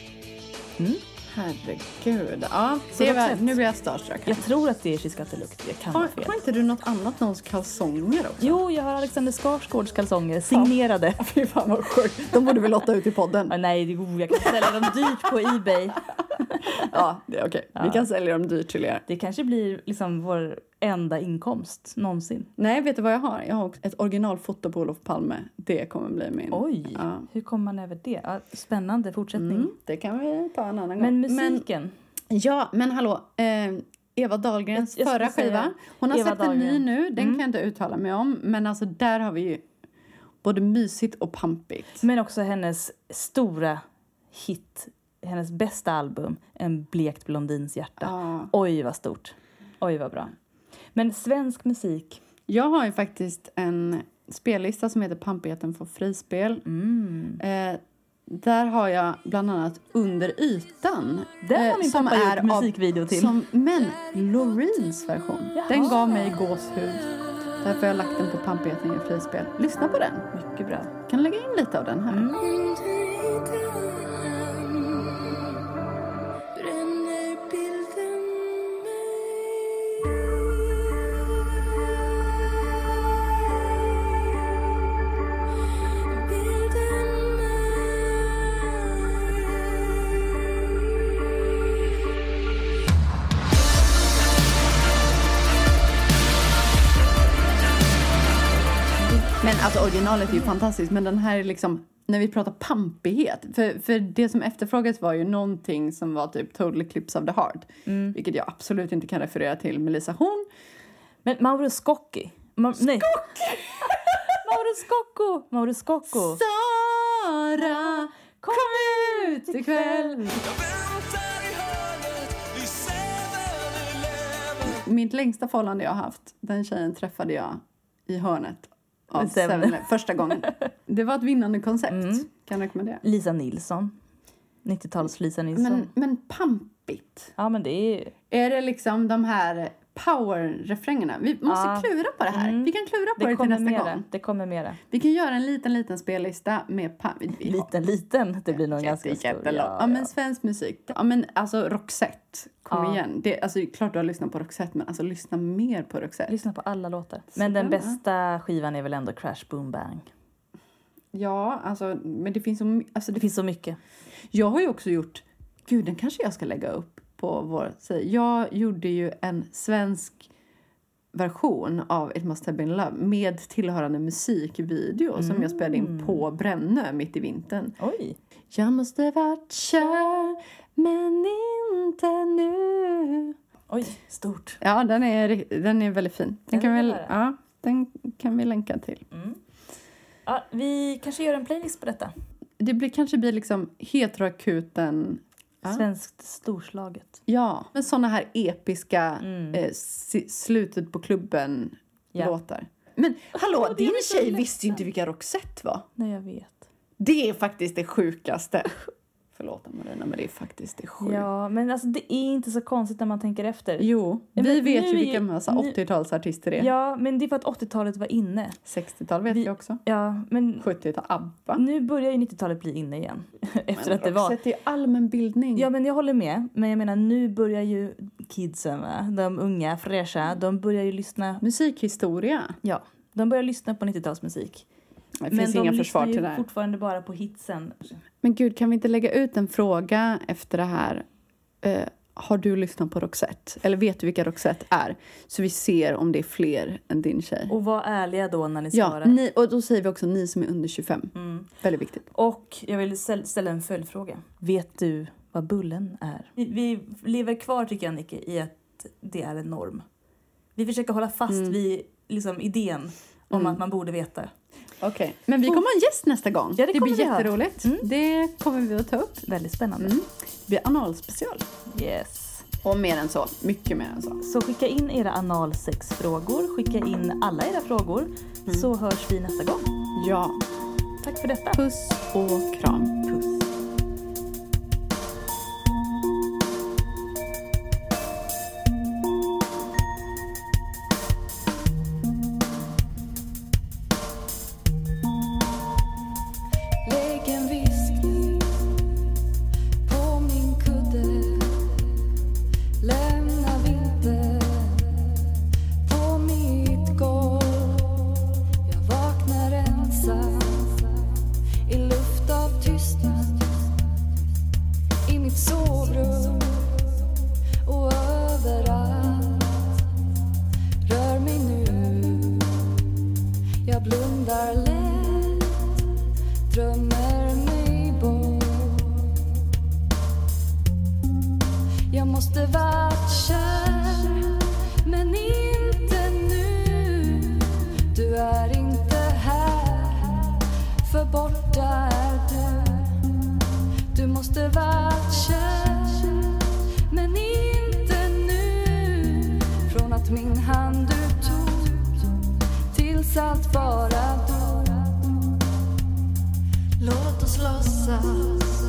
Herregud. Ja, Roxette. nu blir jag starstruck. Jag tror att det är She's got the look. Jag kan ha fel. Har inte du något annat, någons kalsonger också? Jo, jag har Alexander Skarsgårds kalsonger. Signerade. Fy fan vad sjukt. De borde vi låta ut i podden. Nej, jag kan sälja dem dyrt på eBay. Ja, det är okej. Vi kan sälja dem dyrt till er. Det kanske blir liksom vår enda inkomst någonsin. Nej, vet du vad jag har? Jag har ett originalfoto på Olof Palme. Det kommer bli min. Oj, Ja. hur kommer man över det? Ja, spännande fortsättning. Det kan vi ta en annan gång. Men musiken? Men hallå. Eva Dahlgrens Jag förra skulle säga skiva. Hon har Eva släppt en ny Dahlgren. nu. Den kan jag inte uttala mig om. Men alltså där har vi ju både mysigt och pampigt. Men också hennes stora hit. Hennes bästa album. En blekt blondins hjärta. Ja. Oj, vad stort. Oj, vad bra. Men svensk musik. Jag har ju faktiskt en spellista som heter Pampigheten för frispel. Där har jag bland annat Under ytan. Den har min som pappa är gjort musikvideo till. Men Loreens version. Jaha. Den gav mig gåshud. Därför har jag lagt den på Pampigheten i frispel. Lyssna på den. Mycket bra. Kan lägga in lite av den här. Men alltså originalet är ju fantastiskt. Men den här är liksom, när vi pratar pampighet. För det som efterfrågades var ju någonting som var typ Total Eclipse of the Heart. Vilket jag absolut inte kan referera till Melissa Horn. Men Mauro Scocchi. Nej. Mauro Scocco. Sara, kom ut ikväll. Mitt längsta förhållande jag har haft, den tjejen träffade jag i hörnet av Seven första gången. Det var ett vinnande koncept. Kan jag rekommendera. Lisa Nilsson. 90-tals Lisa Nilsson. Men pampigt. Ja, men det är... Är det liksom de här power-refrängerna? Vi måste klura på det här. Vi kan klura på det till nästa gång. Det kommer mera. Vi kan göra en liten spellista med Liten. Det blir nog ganska stor. Ja, men svensk musik. Ja, men alltså Roxette. Kom igen. Det, alltså, klart du har lyssnat på Roxette, men alltså lyssna mer på Roxette. Lyssna på alla låtar. Men den bästa skivan är väl ändå Crash Boom Bang. Ja, alltså, men det finns så, alltså, Det finns så mycket. Jag har ju också gjort... Gud, den kanske jag ska lägga upp på vår sida. Jag gjorde ju en svensk version av It Must Have Been Love med tillhörande musikvideo som jag spelade in på Brännö mitt i vintern. Oj. Jag måste varit kär, men inte nu. Oj, stort. Ja, den är väldigt fin. Den kan vi länka till. Ja, vi kanske gör en playlist på detta. Det kanske blir liksom heteroakuten. Svenskt storslaget. Ja, men såna här episka slutet på klubben låtar. Men hallå, det din är så tjej ledsen. visste ju inte vilka Roxette var. Nej, jag vet. Det är faktiskt det sjukaste. Förlåt Marina, men det är faktiskt det sjukaste. Ja, men alltså det är inte så konstigt när man tänker efter. Jo, Men vi vet nu ju är vilka ju- massa nu- 80-talsartister det är. Ja, men det är för att 80-talet var inne. 60-tal vet jag också. Ja, men 70-tal, ABBA. nu börjar ju 90-talet bli inne igen. Efter Men att det var... Roxette är ju allmänbildning. Ja, men jag håller med. Men jag menar, nu börjar ju kidsen, va? De unga, fräscha, de börjar ju lyssna... Musikhistoria. Ja, de börjar lyssna på 90-talsmusik. Det finns inga försvar till det Men de här. lyssnar ju fortfarande bara på hitsen. Men gud, kan vi inte lägga ut en fråga efter det här? Har du lyssnat på Roxette? Eller vet du vilka Roxette är? Så vi ser om det är fler än din tjej. Och var ärliga då när ni Ja, svarar. och då säger vi också ni som är under 25. Väldigt viktigt. Och jag vill ställa en följdfråga. Vet du vad bullen är? Vi lever kvar, tycker jag, Nicky, i att det är en norm. Vi försöker hålla fast vid liksom, idén om att man borde veta. Okej. Men vi kommer ha en gäst nästa gång. Ja, det kommer blir vi ha. jätteroligt. Det kommer vi att ta upp. Väldigt spännande. Det blir analspecial. Yes. Och mer än så. Mycket mer än så. Så skicka in era analsexfrågor. Skicka in alla era frågor. Så hörs vi nästa gång. Ja. Tack för detta. Puss och kram. Puss. Lägg en viskning på min kudde. Lämna vinter på mitt golv. Jag vaknar ensam i luft av tystnad. I mitt sovrum och överallt. Rör mig nu. Jag blundar lätt. Drömmer mig bort. Jag måste varit kär, men inte nu. Du är inte här, för borta är du. Du måste varit kär, men inte nu. Från att min hand du tog, tills allt bara dog. Låt oss låtsas